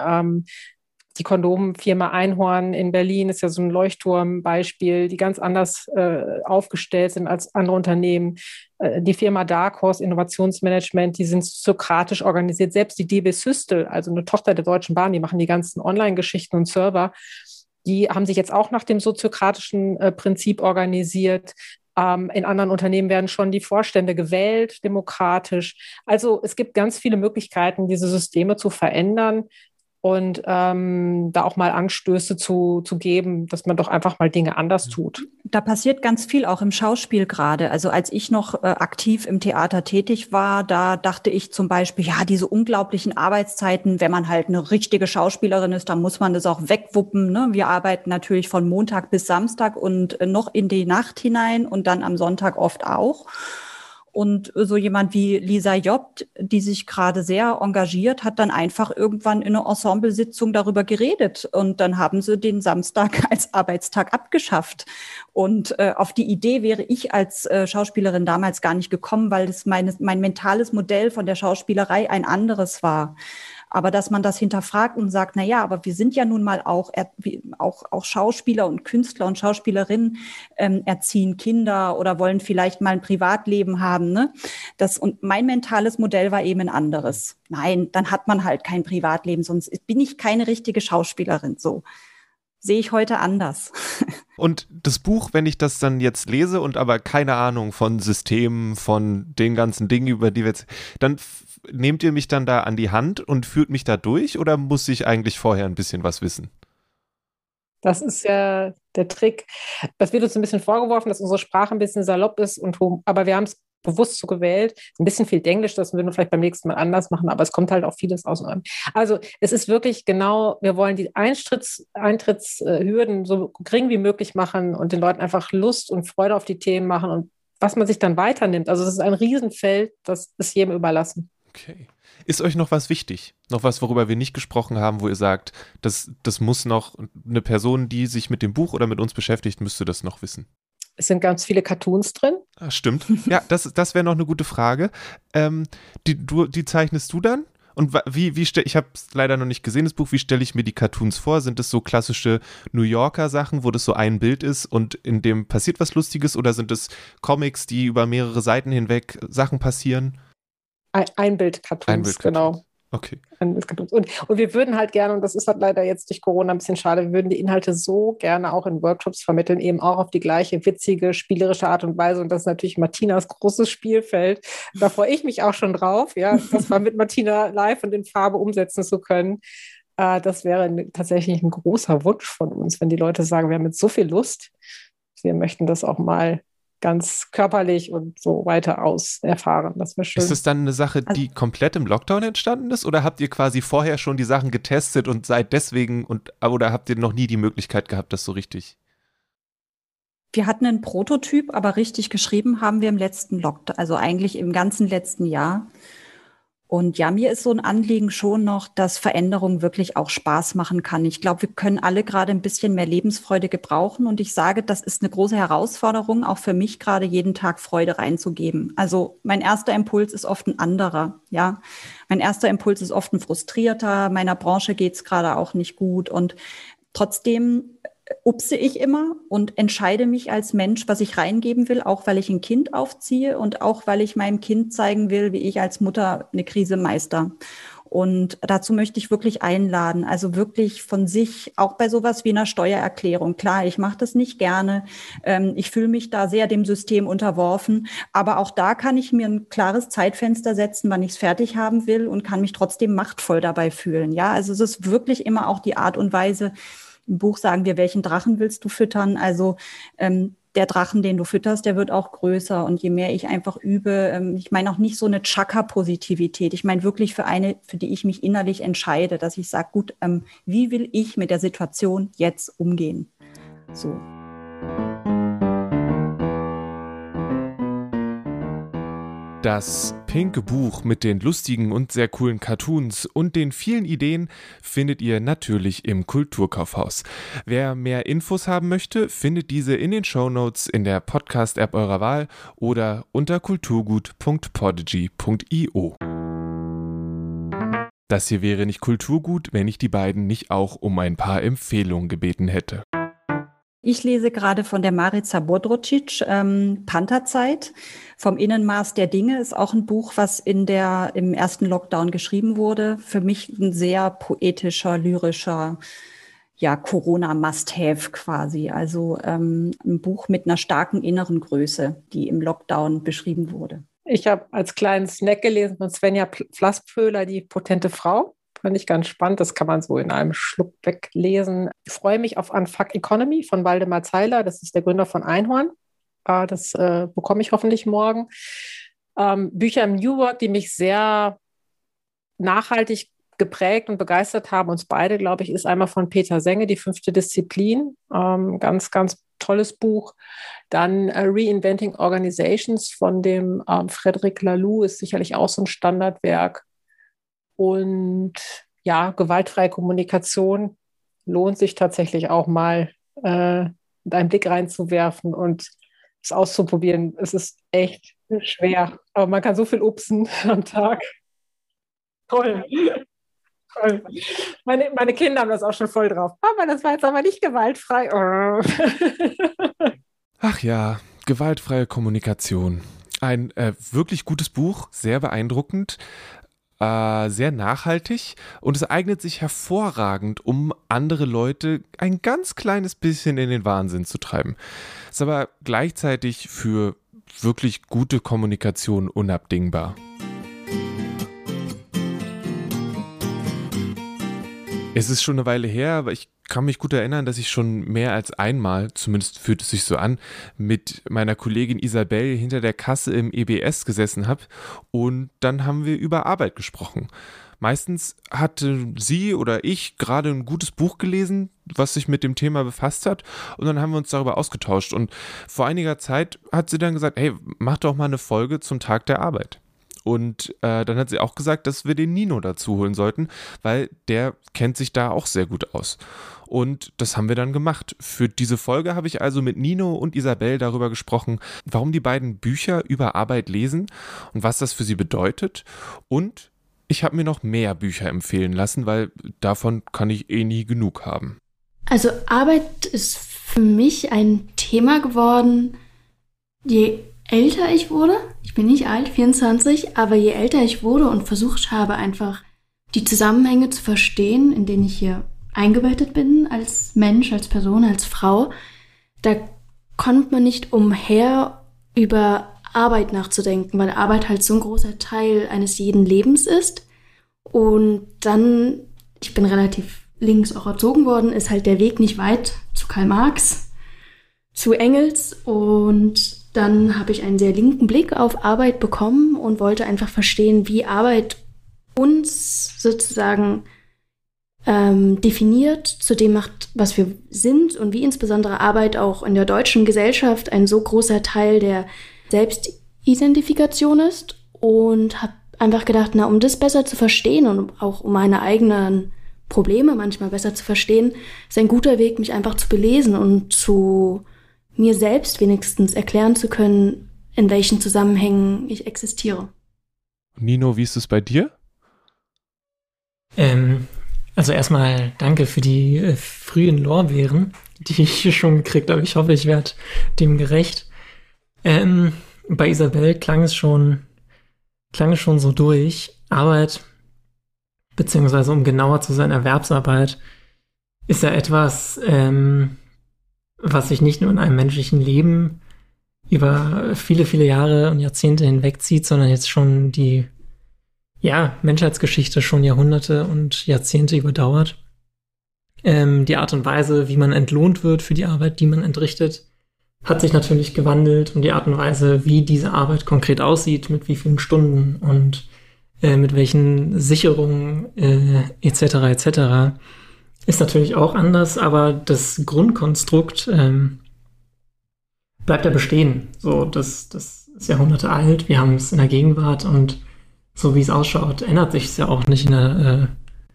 Die Kondomfirma Einhorn in Berlin ist ja so ein Leuchtturmbeispiel, die ganz anders aufgestellt sind als andere Unternehmen. Die Firma Dark Horse Innovationsmanagement, die sind sokratisch organisiert. Selbst die DB Systel, also eine Tochter der Deutschen Bahn, die machen die ganzen Online-Geschichten und Server, die haben sich jetzt auch nach dem soziokratischen Prinzip organisiert. In anderen Unternehmen werden schon die Vorstände gewählt, demokratisch. Also es gibt ganz viele Möglichkeiten, diese Systeme zu verändern und da auch mal Anstöße zu geben, dass man doch einfach mal Dinge anders tut. Da passiert ganz viel auch im Schauspiel gerade. Also als ich noch aktiv im Theater tätig war, da dachte ich zum Beispiel, ja, diese unglaublichen Arbeitszeiten, wenn man halt eine richtige Schauspielerin ist, dann muss man das auch wegwuppen. Ne? Wir arbeiten natürlich von Montag bis Samstag und noch in die Nacht hinein und dann am Sonntag oft auch. Und so jemand wie Lisa Jobt, die sich gerade sehr engagiert, hat dann einfach irgendwann in einer Ensemblesitzung darüber geredet. Und dann haben sie den Samstag als Arbeitstag abgeschafft. Und auf die Idee wäre ich als Schauspielerin damals gar nicht gekommen, weil das mein mentales Modell von der Schauspielerei ein anderes war. Aber dass man das hinterfragt und sagt, na ja, aber wir sind ja nun mal auch Schauspieler und Künstler und Schauspielerinnen, erziehen Kinder oder wollen vielleicht mal ein Privatleben haben, ne? Und mein mentales Modell war eben ein anderes. Nein, dann hat man halt kein Privatleben, sonst bin ich keine richtige Schauspielerin. So sehe ich heute anders. Und das Buch, wenn ich das dann jetzt lese und aber keine Ahnung von Systemen, von den ganzen Dingen, über die wir jetzt, dann nehmt ihr mich dann da an die Hand und führt mich da durch, oder muss ich eigentlich vorher ein bisschen was wissen? Das ist ja der Trick. Das wird uns ein bisschen vorgeworfen, dass unsere Sprache ein bisschen salopp ist, aber wir haben es bewusst so gewählt. Ein bisschen viel Englisch, das würden wir vielleicht beim nächsten Mal anders machen, aber es kommt halt auch vieles aus. Also es ist wirklich genau, wir wollen die Eintrittshürden so gering wie möglich machen und den Leuten einfach Lust und Freude auf die Themen machen und was man sich dann weiternimmt. Also es ist ein Riesenfeld, das ist jedem überlassen. Okay. Ist euch noch was wichtig? Noch was, worüber wir nicht gesprochen haben, wo ihr sagt, das muss noch eine Person, die sich mit dem Buch oder mit uns beschäftigt, müsste das noch wissen? Es sind ganz viele Cartoons drin. Ah, stimmt. Ja, das wäre noch eine gute Frage. Die zeichnest du dann? Und ich habe es leider noch nicht gesehen, das Buch, wie stelle ich mir die Cartoons vor? Sind das so klassische New Yorker Sachen, wo das so ein Bild ist und in dem passiert was Lustiges, oder sind es Comics, die über mehrere Seiten hinweg Sachen passieren? Ein Bild-Cartoons, genau. Okay. Und wir würden halt gerne, und das ist halt leider jetzt durch Corona ein bisschen schade, wir würden die Inhalte so gerne auch in Workshops vermitteln, eben auch auf die gleiche witzige, spielerische Art und Weise. Und das ist natürlich Martinas großes Spielfeld. Da freue ich mich auch schon drauf, ja, das mal mit Martina live und in Farbe umsetzen zu können. Das wäre tatsächlich ein großer Wunsch von uns, wenn die Leute sagen, wir haben jetzt so viel Lust, wir möchten das auch mal ganz körperlich und so weiter aus erfahren. Das wäre schön. Ist es dann eine Sache, die komplett im Lockdown entstanden ist, oder habt ihr quasi vorher schon die Sachen getestet und seid deswegen oder habt ihr noch nie die Möglichkeit gehabt, das so richtig? Wir hatten einen Prototyp, aber richtig geschrieben haben wir im letzten Lockdown, also eigentlich im ganzen letzten Jahr. Und ja, mir ist so ein Anliegen schon noch, dass Veränderung wirklich auch Spaß machen kann. Ich glaube, wir können alle gerade ein bisschen mehr Lebensfreude gebrauchen. Und ich sage, das ist eine große Herausforderung, auch für mich gerade jeden Tag Freude reinzugeben. Also mein erster Impuls ist oft ein anderer. Ja, mein erster Impuls ist oft ein frustrierter. Meiner Branche geht's gerade auch nicht gut. Und trotzdem upse ich immer und entscheide mich als Mensch, was ich reingeben will, auch weil ich ein Kind aufziehe und auch weil ich meinem Kind zeigen will, wie ich als Mutter eine Krise meister. Und dazu möchte ich wirklich einladen, also wirklich von sich, auch bei sowas wie einer Steuererklärung. Klar, ich mache das nicht gerne. Ich fühle mich da sehr dem System unterworfen. Aber auch da kann ich mir ein klares Zeitfenster setzen, wann ich es fertig haben will, und kann mich trotzdem machtvoll dabei fühlen. Ja, also es ist wirklich immer auch die Art und Weise. Im Buch sagen wir, welchen Drachen willst du füttern? Also der Drachen, den du fütterst, der wird auch größer. Und je mehr ich einfach übe, ich meine auch nicht so eine Chakra-Positivität. Ich meine wirklich für die ich mich innerlich entscheide, dass ich sage, gut, wie will ich mit der Situation jetzt umgehen? So. Das pinke Buch mit den lustigen und sehr coolen Cartoons und den vielen Ideen findet ihr natürlich im Kulturkaufhaus. Wer mehr Infos haben möchte, findet diese in den Shownotes in der Podcast-App eurer Wahl oder unter kulturgut.podigy.io. Das hier wäre nicht Kulturgut, wenn ich die beiden nicht auch um ein paar Empfehlungen gebeten hätte. Ich lese gerade von der Marica Bodrocic, Pantherzeit, vom Innenmaß der Dinge, ist auch ein Buch, was im ersten Lockdown geschrieben wurde. Für mich ein sehr poetischer, lyrischer, ja, Corona-Must-Have quasi. Also ein Buch mit einer starken inneren Größe, die im Lockdown beschrieben wurde. Ich habe als kleinen Snack gelesen von Svenja Flasspöhler, die potente Frau. Fand ich ganz spannend. Das kann man so in einem Schluck weglesen. Ich freue mich auf Unfuck Economy von Waldemar Zeiler. Das ist der Gründer von Einhorn. Das bekomme ich hoffentlich morgen. Bücher im New Work, die mich sehr nachhaltig geprägt und begeistert haben, uns beide, glaube ich, ist einmal von Peter Senge, Die 5. Disziplin. Ganz, ganz tolles Buch. Dann Reinventing Organizations von dem Frederic Laloux ist sicherlich auch so ein Standardwerk. Und ja, gewaltfreie Kommunikation lohnt sich tatsächlich auch mal, mit einen Blick reinzuwerfen und es auszuprobieren. Es ist echt schwer, aber man kann so viel upsen am Tag. Toll. Toll. Meine Kinder haben das auch schon voll drauf. Aber das war jetzt aber nicht gewaltfrei. Ach ja, gewaltfreie Kommunikation. Ein wirklich gutes Buch, sehr beeindruckend. Sehr nachhaltig, und es eignet sich hervorragend, um andere Leute ein ganz kleines bisschen in den Wahnsinn zu treiben. Ist aber gleichzeitig für wirklich gute Kommunikation unabdingbar. Es ist schon eine Weile her, aber ich kann mich gut erinnern, dass ich schon mehr als einmal, zumindest fühlt es sich so an, mit meiner Kollegin Isabel hinter der Kasse im EBS gesessen habe, und dann haben wir über Arbeit gesprochen. Meistens hatte sie oder ich gerade ein gutes Buch gelesen, was sich mit dem Thema befasst hat, und dann haben wir uns darüber ausgetauscht. Und vor einiger Zeit hat sie dann gesagt, hey, mach doch mal eine Folge zum Tag der Arbeit. Und dann hat sie auch gesagt, dass wir den Nino dazu holen sollten, weil der kennt sich da auch sehr gut aus. Und das haben wir dann gemacht. Für diese Folge habe ich also mit Nino und Isabel darüber gesprochen, warum die beiden Bücher über Arbeit lesen und was das für sie bedeutet. Und ich habe mir noch mehr Bücher empfehlen lassen, weil davon kann ich eh nie genug haben. Also Arbeit ist für mich ein Thema geworden, je älter ich wurde. Ich bin nicht alt, 24, aber je älter ich wurde und versucht habe, einfach die Zusammenhänge zu verstehen, in denen ich hier eingebettet bin, als Mensch, als Person, als Frau, da kommt man nicht umher, über Arbeit nachzudenken, weil Arbeit halt so ein großer Teil eines jeden Lebens ist. Und dann, ich bin relativ links auch erzogen worden, ist halt der Weg nicht weit zu Karl Marx, zu Engels, und dann habe ich einen sehr linken Blick auf Arbeit bekommen und wollte einfach verstehen, wie Arbeit uns sozusagen definiert, zu dem macht, was wir sind, und wie insbesondere Arbeit auch in der deutschen Gesellschaft ein so großer Teil der Selbstidentifikation ist, und habe einfach gedacht, um das besser zu verstehen und auch um meine eigenen Probleme manchmal besser zu verstehen, ist ein guter Weg, mich einfach zu belesen und zu mir selbst wenigstens erklären zu können, in welchen Zusammenhängen ich existiere. Nino, wie ist es bei dir? Also erstmal danke für die frühen Lorbeeren, die ich schon gekriegt habe. Ich hoffe, ich werde dem gerecht. Bei Isabel klang es schon so durch. Arbeit, beziehungsweise um genauer zu sein, Erwerbsarbeit, ist ja etwas, was sich nicht nur in einem menschlichen Leben über viele, viele Jahre und Jahrzehnte hinwegzieht, sondern jetzt schon die Menschheitsgeschichte schon Jahrhunderte und Jahrzehnte überdauert. Die Art und Weise, wie man entlohnt wird für die Arbeit, die man entrichtet, hat sich natürlich gewandelt, und die Art und Weise, wie diese Arbeit konkret aussieht, mit wie vielen Stunden und mit welchen Sicherungen etc., ist natürlich auch anders, aber das Grundkonstrukt bleibt ja bestehen. So, das ist Jahrhunderte alt, wir haben es in der Gegenwart, und so wie es ausschaut, ändert sich es ja auch nicht für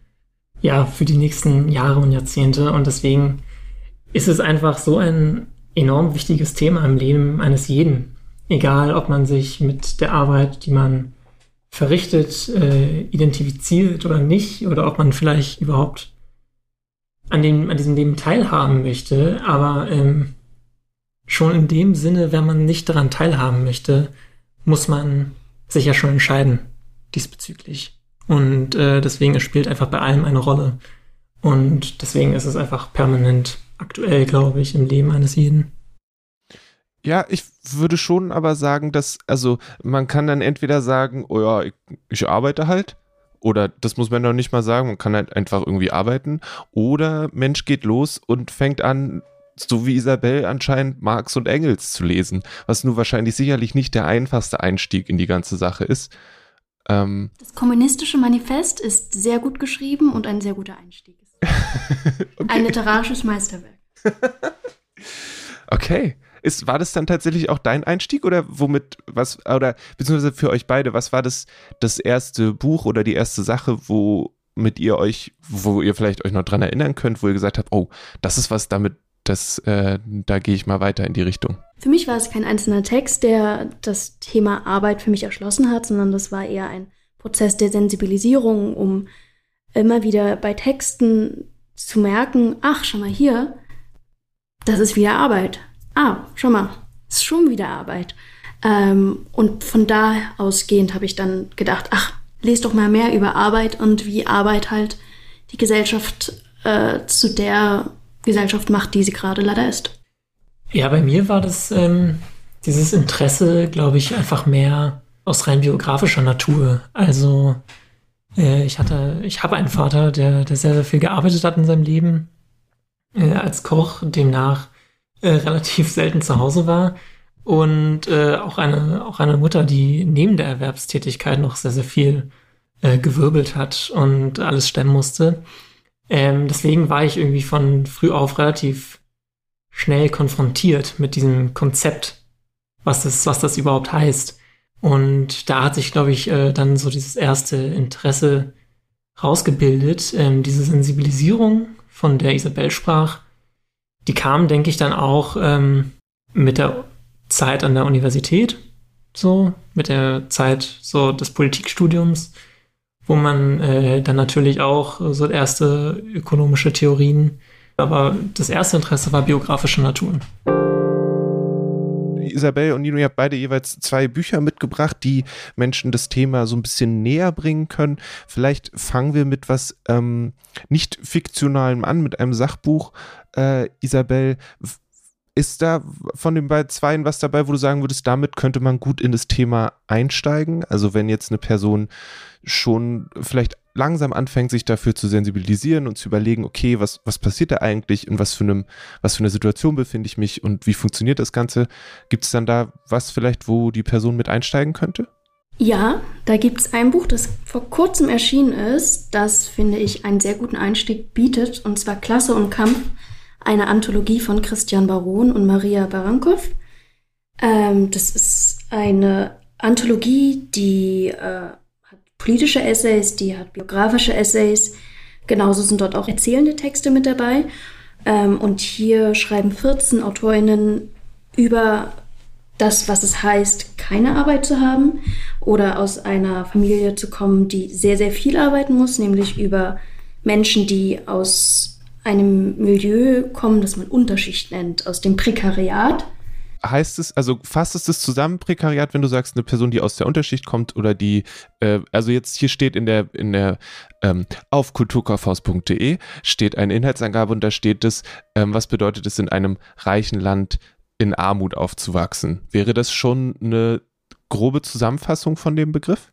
die nächsten Jahre und Jahrzehnte, und deswegen ist es einfach so ein enorm wichtiges Thema im Leben eines jeden. Egal, ob man sich mit der Arbeit, die man verrichtet, identifiziert oder nicht, oder ob man vielleicht überhaupt an diesem Leben teilhaben möchte, aber schon in dem Sinne, wenn man nicht daran teilhaben möchte, muss man sich ja schon entscheiden diesbezüglich. Und deswegen, es spielt einfach bei allem eine Rolle. Und deswegen ist es einfach permanent aktuell, glaube ich, im Leben eines jeden. Ja, ich würde schon aber sagen, dass, also man kann dann entweder sagen, oh ja, ich arbeite halt, oder das muss man noch nicht mal sagen, man kann halt einfach irgendwie arbeiten, oder Mensch geht los und fängt an, so wie Isabel anscheinend, Marx und Engels zu lesen, was nur wahrscheinlich sicherlich nicht der einfachste Einstieg in die ganze Sache ist. Das kommunistische Manifest ist sehr gut geschrieben und ein sehr guter Einstieg. Okay. Ein literarisches Meisterwerk. Okay. War das dann tatsächlich auch dein Einstieg, oder beziehungsweise für euch beide, was war das erste Buch oder die erste Sache, wo ihr vielleicht euch noch dran erinnern könnt, wo ihr gesagt habt, oh, das ist was damit, da gehe ich mal weiter in die Richtung? Für mich war es kein einzelner Text, der das Thema Arbeit für mich erschlossen hat, sondern das war eher ein Prozess der Sensibilisierung, um immer wieder bei Texten zu merken, ach, schau mal hier, das ist wieder Arbeit. Ah, schau mal, ist schon wieder Arbeit. Und von da ausgehend habe ich dann gedacht, ach, lest doch mal mehr über Arbeit und wie Arbeit halt die Gesellschaft zu der Gesellschaft macht, die sie gerade leider ist. Ja, bei mir war das dieses Interesse, glaube ich, einfach mehr aus rein biografischer Natur. Also ich habe einen Vater, der sehr, sehr viel gearbeitet hat in seinem Leben als Koch, demnach relativ selten zu Hause war, und auch eine Mutter, die neben der Erwerbstätigkeit noch sehr, sehr viel gewirbelt hat und alles stemmen musste. Deswegen war ich irgendwie von früh auf relativ schnell konfrontiert mit diesem Konzept, was das überhaupt heißt. Und da hat sich, glaube ich, dann so dieses erste Interesse rausgebildet. Diese Sensibilisierung, von der Isabel sprach, die kam, denke ich, dann auch mit der Zeit an der Universität, so mit der Zeit so des Politikstudiums, wo man dann natürlich auch so erste ökonomische Theorien, aber das erste Interesse war biografische Natur. Isabel und Nino, ihr habt beide jeweils 2 Bücher mitgebracht, die Menschen das Thema so ein bisschen näher bringen können. Vielleicht fangen wir mit was nicht Fiktionalem an, mit einem Sachbuch. Isabel, ist da von den beiden Zweien was dabei, wo du sagen würdest, damit könnte man gut in das Thema einsteigen? Also wenn jetzt eine Person schon vielleicht langsam anfängt, sich dafür zu sensibilisieren und zu überlegen, okay, was passiert da eigentlich, in was für eine Situation befinde ich mich und wie funktioniert das Ganze? Gibt es dann da was vielleicht, wo die Person mit einsteigen könnte? Ja, da gibt es ein Buch, das vor kurzem erschienen ist, das, finde ich, einen sehr guten Einstieg bietet, und zwar Klasse und Kampf, eine Anthologie von Christian Baron und Maria Barankow. Das ist eine Anthologie, die hat politische Essays, die hat biografische Essays. Genauso sind dort auch erzählende Texte mit dabei. Und hier schreiben 14 AutorInnen über das, was es heißt, keine Arbeit zu haben oder aus einer Familie zu kommen, die sehr, sehr viel arbeiten muss, nämlich über Menschen, die aus einem Milieu kommen, das man Unterschicht nennt, aus dem Prekariat. Heißt es, also fasst es das zusammen, Prekariat, wenn du sagst, eine Person, die aus der Unterschicht kommt oder die, also jetzt hier steht in der auf kulturkaufhaus.de steht eine Inhaltsangabe und da steht es, was bedeutet es, in einem reichen Land in Armut aufzuwachsen? Wäre das schon eine grobe Zusammenfassung von dem Begriff?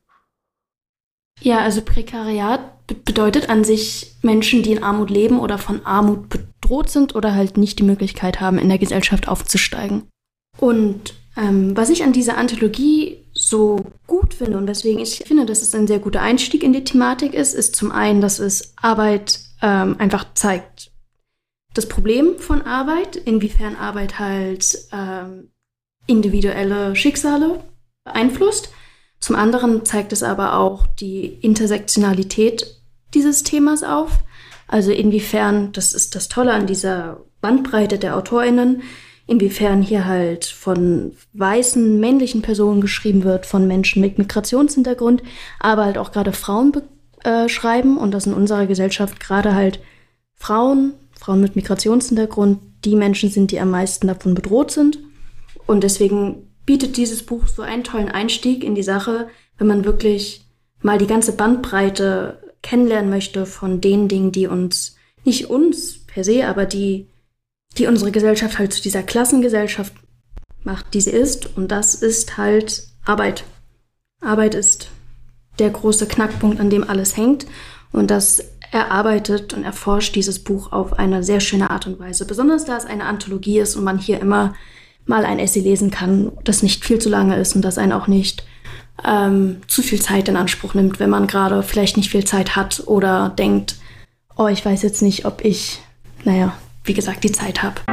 Ja, also Prekariat bedeutet an sich Menschen, die in Armut leben oder von Armut bedroht sind oder halt nicht die Möglichkeit haben, in der Gesellschaft aufzusteigen. Und was ich an dieser Anthologie so gut finde und weswegen ich finde, dass es ein sehr guter Einstieg in die Thematik ist zum einen, dass es Arbeit einfach zeigt, das Problem von Arbeit, inwiefern Arbeit halt individuelle Schicksale beeinflusst. Zum anderen zeigt es aber auch die Intersektionalität dieses Themas auf. Also inwiefern, das ist das Tolle an dieser Bandbreite der AutorInnen, inwiefern hier halt von weißen, männlichen Personen geschrieben wird, von Menschen mit Migrationshintergrund, aber halt auch gerade Frauen schreiben und dass in unserer Gesellschaft gerade halt Frauen mit Migrationshintergrund die Menschen sind, die am meisten davon bedroht sind. Und deswegen bietet dieses Buch so einen tollen Einstieg in die Sache, wenn man wirklich mal die ganze Bandbreite kennenlernen möchte von den Dingen, die uns, nicht uns per se, aber die unsere Gesellschaft halt zu dieser Klassengesellschaft macht, die sie ist. Und das ist halt Arbeit. Arbeit ist der große Knackpunkt, an dem alles hängt. Und das erarbeitet und erforscht dieses Buch auf eine sehr schöne Art und Weise. Besonders da es eine Anthologie ist und man hier immer mal ein Essay lesen kann, das nicht viel zu lange ist und das einen auch nicht zu viel Zeit in Anspruch nimmt, wenn man gerade vielleicht nicht viel Zeit hat oder denkt, oh, ich weiß jetzt nicht, ob ich, wie gesagt, die Zeit habe.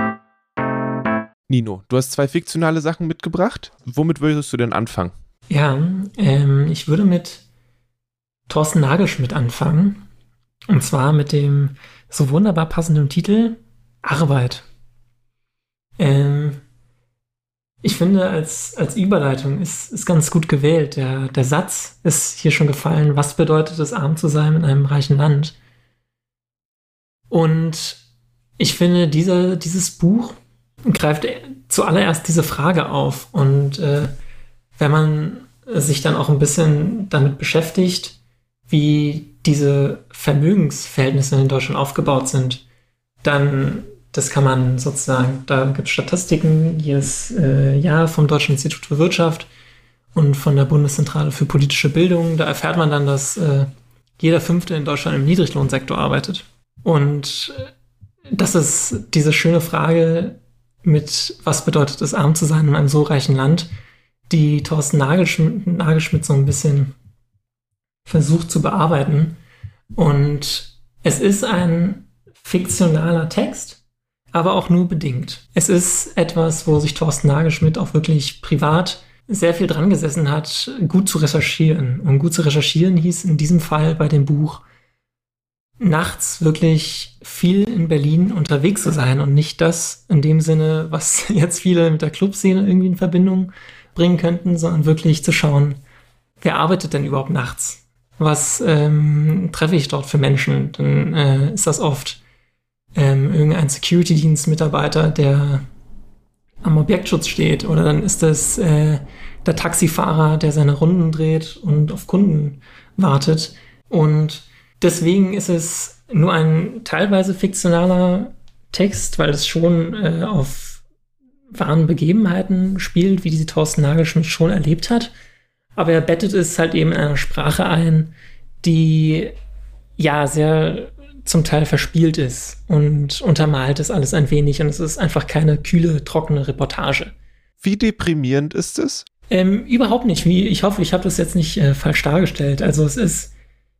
Nino, du hast 2 fiktionale Sachen mitgebracht. Womit würdest du denn anfangen? Ja, ich würde mit Thorsten Nagelschmidt anfangen. Und zwar mit dem so wunderbar passenden Titel Arbeit. Ich finde, als Überleitung ist ganz gut gewählt. Der Satz ist hier schon gefallen. Was bedeutet es, arm zu sein in einem reichen Land? Und ich finde, dieses Buch greift zuallererst diese Frage auf. Und wenn man sich dann auch ein bisschen damit beschäftigt, wie diese Vermögensverhältnisse in Deutschland aufgebaut sind, dann, das kann man sozusagen, da gibt es Statistiken jedes Jahr vom Deutschen Institut für Wirtschaft und von der Bundeszentrale für politische Bildung. Da erfährt man dann, dass jeder 5. in Deutschland im Niedriglohnsektor arbeitet. Und das ist diese schöne Frage mit, was bedeutet es, arm zu sein in einem so reichen Land, die Thorsten Nagelschmidt so ein bisschen versucht zu bearbeiten. Und es ist ein fiktionaler Text, aber auch nur bedingt. Es ist etwas, wo sich Thorsten Nagelschmidt auch wirklich privat sehr viel dran gesessen hat, gut zu recherchieren. Und gut zu recherchieren hieß in diesem Fall bei dem Buch, nachts wirklich viel in Berlin unterwegs zu sein und nicht das in dem Sinne, was jetzt viele mit der Clubszene irgendwie in Verbindung bringen könnten, sondern wirklich zu schauen, wer arbeitet denn überhaupt nachts? Was treffe ich dort für Menschen? Dann ist das oft irgendein Security-Dienst-Mitarbeiter, der am Objektschutz steht, oder dann ist das der Taxifahrer, der seine Runden dreht und auf Kunden wartet. Und deswegen ist es nur ein teilweise fiktionaler Text, weil es schon auf wahren Begebenheiten spielt, wie die Thorsten Nagelschmidt schon erlebt hat. Aber er bettet es halt eben in einer Sprache ein, die ja sehr zum Teil verspielt ist und untermalt es alles ein wenig. Und es ist einfach keine kühle, trockene Reportage. Wie deprimierend ist es? Überhaupt nicht. Ich hoffe, ich habe das jetzt nicht falsch dargestellt. Also es ist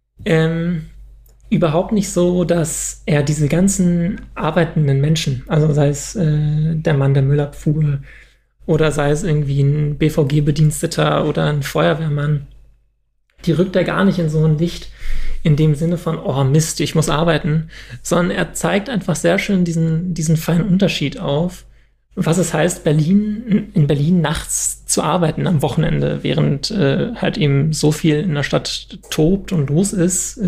überhaupt nicht so, dass er diese ganzen arbeitenden Menschen, also sei es der Mann der Müllabfuhr oder sei es irgendwie ein BVG-Bediensteter oder ein Feuerwehrmann, die rückt er gar nicht in so ein Licht in dem Sinne von, oh Mist, ich muss arbeiten, sondern er zeigt einfach sehr schön diesen feinen Unterschied auf, was es heißt, in Berlin nachts zu arbeiten am Wochenende, während halt eben so viel in der Stadt tobt und los ist,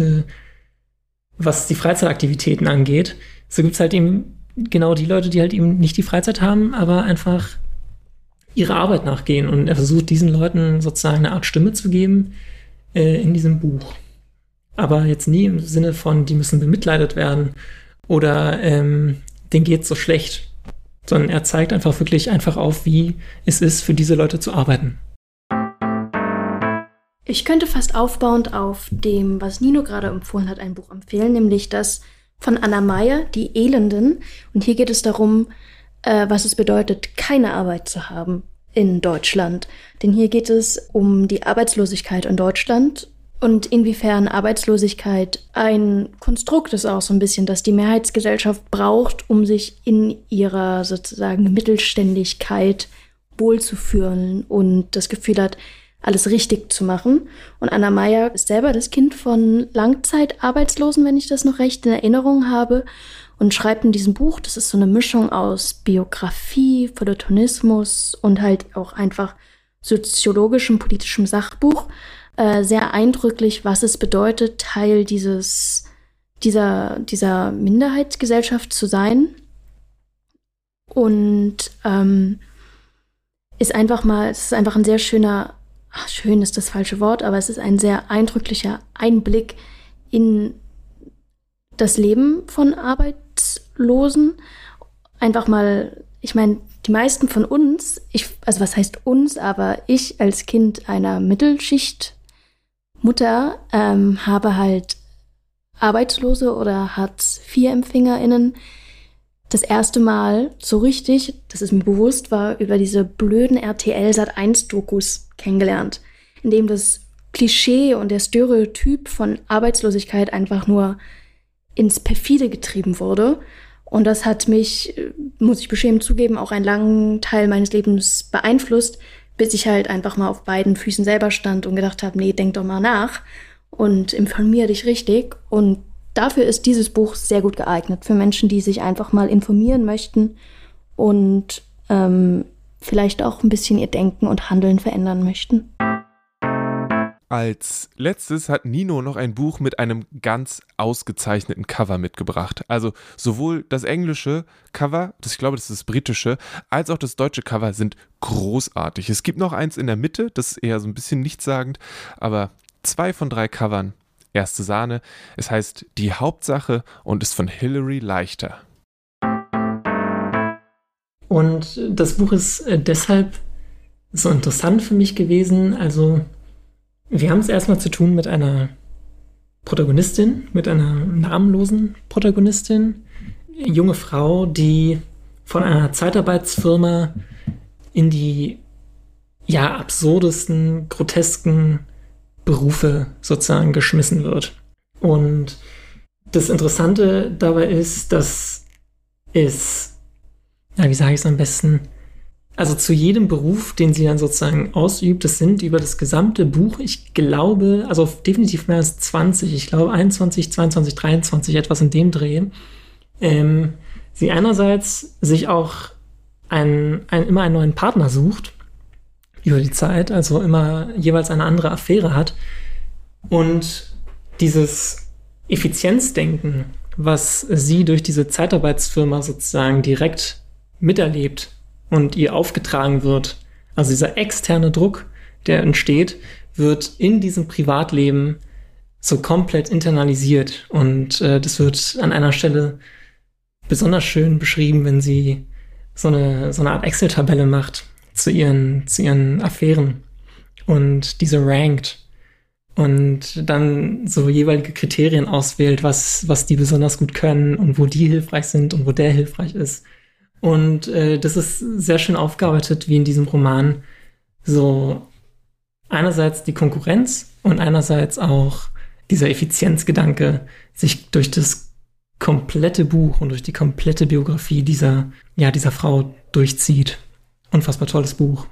was die Freizeitaktivitäten angeht. So gibt es halt eben genau die Leute, die halt eben nicht die Freizeit haben, aber einfach ihrer Arbeit nachgehen. Und er versucht diesen Leuten sozusagen eine Art Stimme zu geben in diesem Buch. Aber jetzt nie im Sinne von, die müssen bemitleidet werden oder denen geht's so schlecht. Sondern er zeigt einfach wirklich einfach auf, wie es ist, für diese Leute zu arbeiten. Ich könnte fast aufbauend auf dem, was Nino gerade empfohlen hat, ein Buch empfehlen, nämlich das von Anna Meyer, Die Elenden. Und hier geht es darum, was es bedeutet, keine Arbeit zu haben in Deutschland. Denn hier geht es um die Arbeitslosigkeit in Deutschland und inwiefern Arbeitslosigkeit ein Konstrukt ist auch so ein bisschen, das die Mehrheitsgesellschaft braucht, um sich in ihrer sozusagen Mittelständigkeit wohlzufühlen und das Gefühl hat, alles richtig zu machen. Und Anna Meyer ist selber das Kind von Langzeitarbeitslosen, wenn ich das noch recht in Erinnerung habe, und schreibt in diesem Buch, das ist so eine Mischung aus Biografie, Feuilletonismus und halt auch einfach soziologischem, politischem Sachbuch, sehr eindrücklich, was es bedeutet, Teil dieser Minderheitsgesellschaft zu sein. Und es ist einfach ein sehr schöner, schön ist das falsche Wort, aber es ist ein sehr eindrücklicher Einblick in das Leben von Arbeitslosen. Einfach mal, ich meine, die meisten von uns, also was heißt uns, aber ich als Kind einer Mittelschichtmutter habe halt Arbeitslose oder Hartz-IV-EmpfängerInnen das erste Mal so richtig, dass es mir bewusst war, über diese blöden RTL Sat.1-Dokus kennengelernt, in dem das Klischee und der Stereotyp von Arbeitslosigkeit einfach nur ins Perfide getrieben wurde. Und das hat mich, muss ich beschämend zugeben, auch einen langen Teil meines Lebens beeinflusst, bis ich halt einfach mal auf beiden Füßen selber stand und gedacht habe, nee, denk doch mal nach und informier dich richtig. Und dafür ist dieses Buch sehr gut geeignet, für Menschen, die sich einfach mal informieren möchten und vielleicht auch ein bisschen ihr Denken und Handeln verändern möchten. Als letztes hat Nino noch ein Buch mit einem ganz ausgezeichneten Cover mitgebracht. Also sowohl das englische Cover, ich glaube, das ist das britische, als auch das deutsche Cover sind großartig. Es gibt noch eins in der Mitte, das ist eher so ein bisschen nichtssagend, aber 2 von 3 Covern, erste Sahne. Es heißt Die Hauptsache und ist von Hilary Leichter. Und das Buch ist deshalb so interessant für mich gewesen, also wir haben es erstmal zu tun mit einer Protagonistin, mit einer namenlosen Protagonistin, junge Frau, die von einer Zeitarbeitsfirma in die absurdesten, grotesken Berufe sozusagen geschmissen wird. Und das Interessante dabei ist, dass es, wie sage ich es am besten, also zu jedem Beruf, den sie dann sozusagen ausübt, das sind über das gesamte Buch, ich glaube, also definitiv mehr als 20, ich glaube 21, 22, 23, etwas in dem Dreh, sie einerseits sich auch immer einen neuen Partner sucht über die Zeit, also immer jeweils eine andere Affäre hat und dieses Effizienzdenken, was sie durch diese Zeitarbeitsfirma sozusagen direkt miterlebt und ihr aufgetragen wird, also dieser externe Druck, der entsteht, wird in diesem Privatleben so komplett internalisiert und das wird an einer Stelle besonders schön beschrieben, wenn sie so eine Art Excel-Tabelle macht zu ihren Affären und diese rankt und dann so jeweilige Kriterien auswählt, was die besonders gut können und wo die hilfreich sind und wo der hilfreich ist. Und das ist sehr schön aufgearbeitet, wie in diesem Roman, so einerseits die Konkurrenz und einerseits auch dieser Effizienzgedanke sich durch das komplette Buch und durch die komplette Biografie dieser Frau durchzieht. Unfassbar tolles Buch.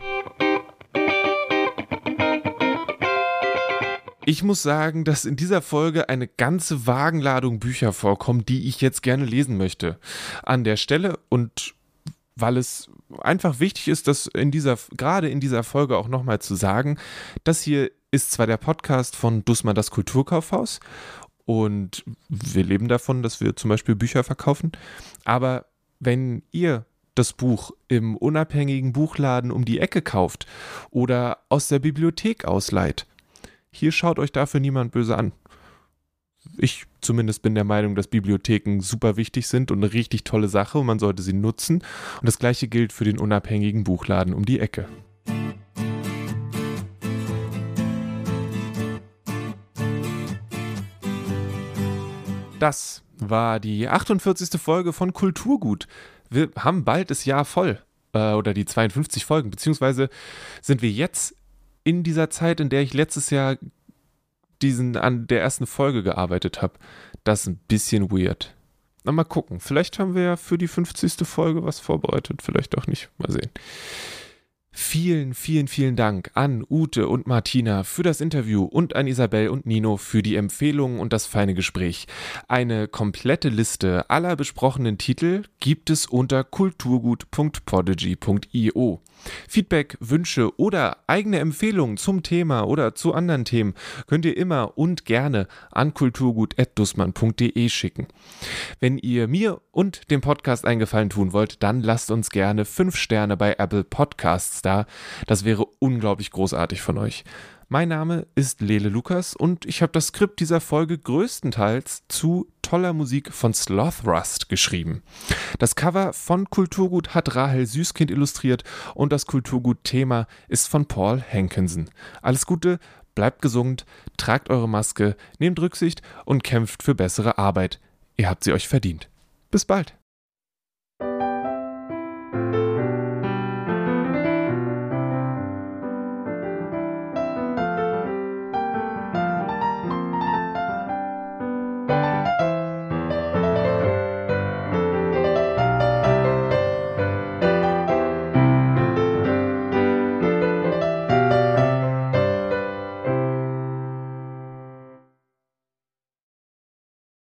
Ich muss sagen, dass in dieser Folge eine ganze Wagenladung Bücher vorkommen, die ich jetzt gerne lesen möchte. An der Stelle und weil es einfach wichtig ist, das gerade in dieser Folge auch nochmal zu sagen, das hier ist zwar der Podcast von Dussmann das Kulturkaufhaus und wir leben davon, dass wir zum Beispiel Bücher verkaufen, aber wenn ihr das Buch im unabhängigen Buchladen um die Ecke kauft oder aus der Bibliothek ausleiht, hier schaut euch dafür niemand böse an. Ich zumindest bin der Meinung, dass Bibliotheken super wichtig sind und eine richtig tolle Sache und man sollte sie nutzen. Und das Gleiche gilt für den unabhängigen Buchladen um die Ecke. Das war die 48. Folge von Kulturgut. Wir haben bald das Jahr voll, oder die 52 Folgen, beziehungsweise sind wir jetzt in dieser Zeit, in der ich letztes Jahr an der ersten Folge gearbeitet habe. Das ist ein bisschen weird. Na, mal gucken. Vielleicht haben wir ja für die 50. Folge was vorbereitet, vielleicht auch nicht. Mal sehen. Vielen, vielen, vielen Dank an Ute und Martina für das Interview und an Isabel und Nino für die Empfehlungen und das feine Gespräch. Eine komplette Liste aller besprochenen Titel gibt es unter kulturgut.podigy.io. Feedback, Wünsche oder eigene Empfehlungen zum Thema oder zu anderen Themen könnt ihr immer und gerne an kulturgut@dussmann.de schicken. Wenn ihr mir und dem Podcast einen Gefallen tun wollt, dann lasst uns gerne 5 Sterne bei Apple Podcasts da. Das wäre unglaublich großartig von euch. Mein Name ist Lele Lukas und ich habe das Skript dieser Folge größtenteils zu toller Musik von Slothrust geschrieben. Das Cover von Kulturgut hat Rahel Süßkind illustriert und das Kulturgut-Thema ist von Paul Hankinson. Alles Gute, bleibt gesund, tragt eure Maske, nehmt Rücksicht und kämpft für bessere Arbeit. Ihr habt sie euch verdient. Bis bald.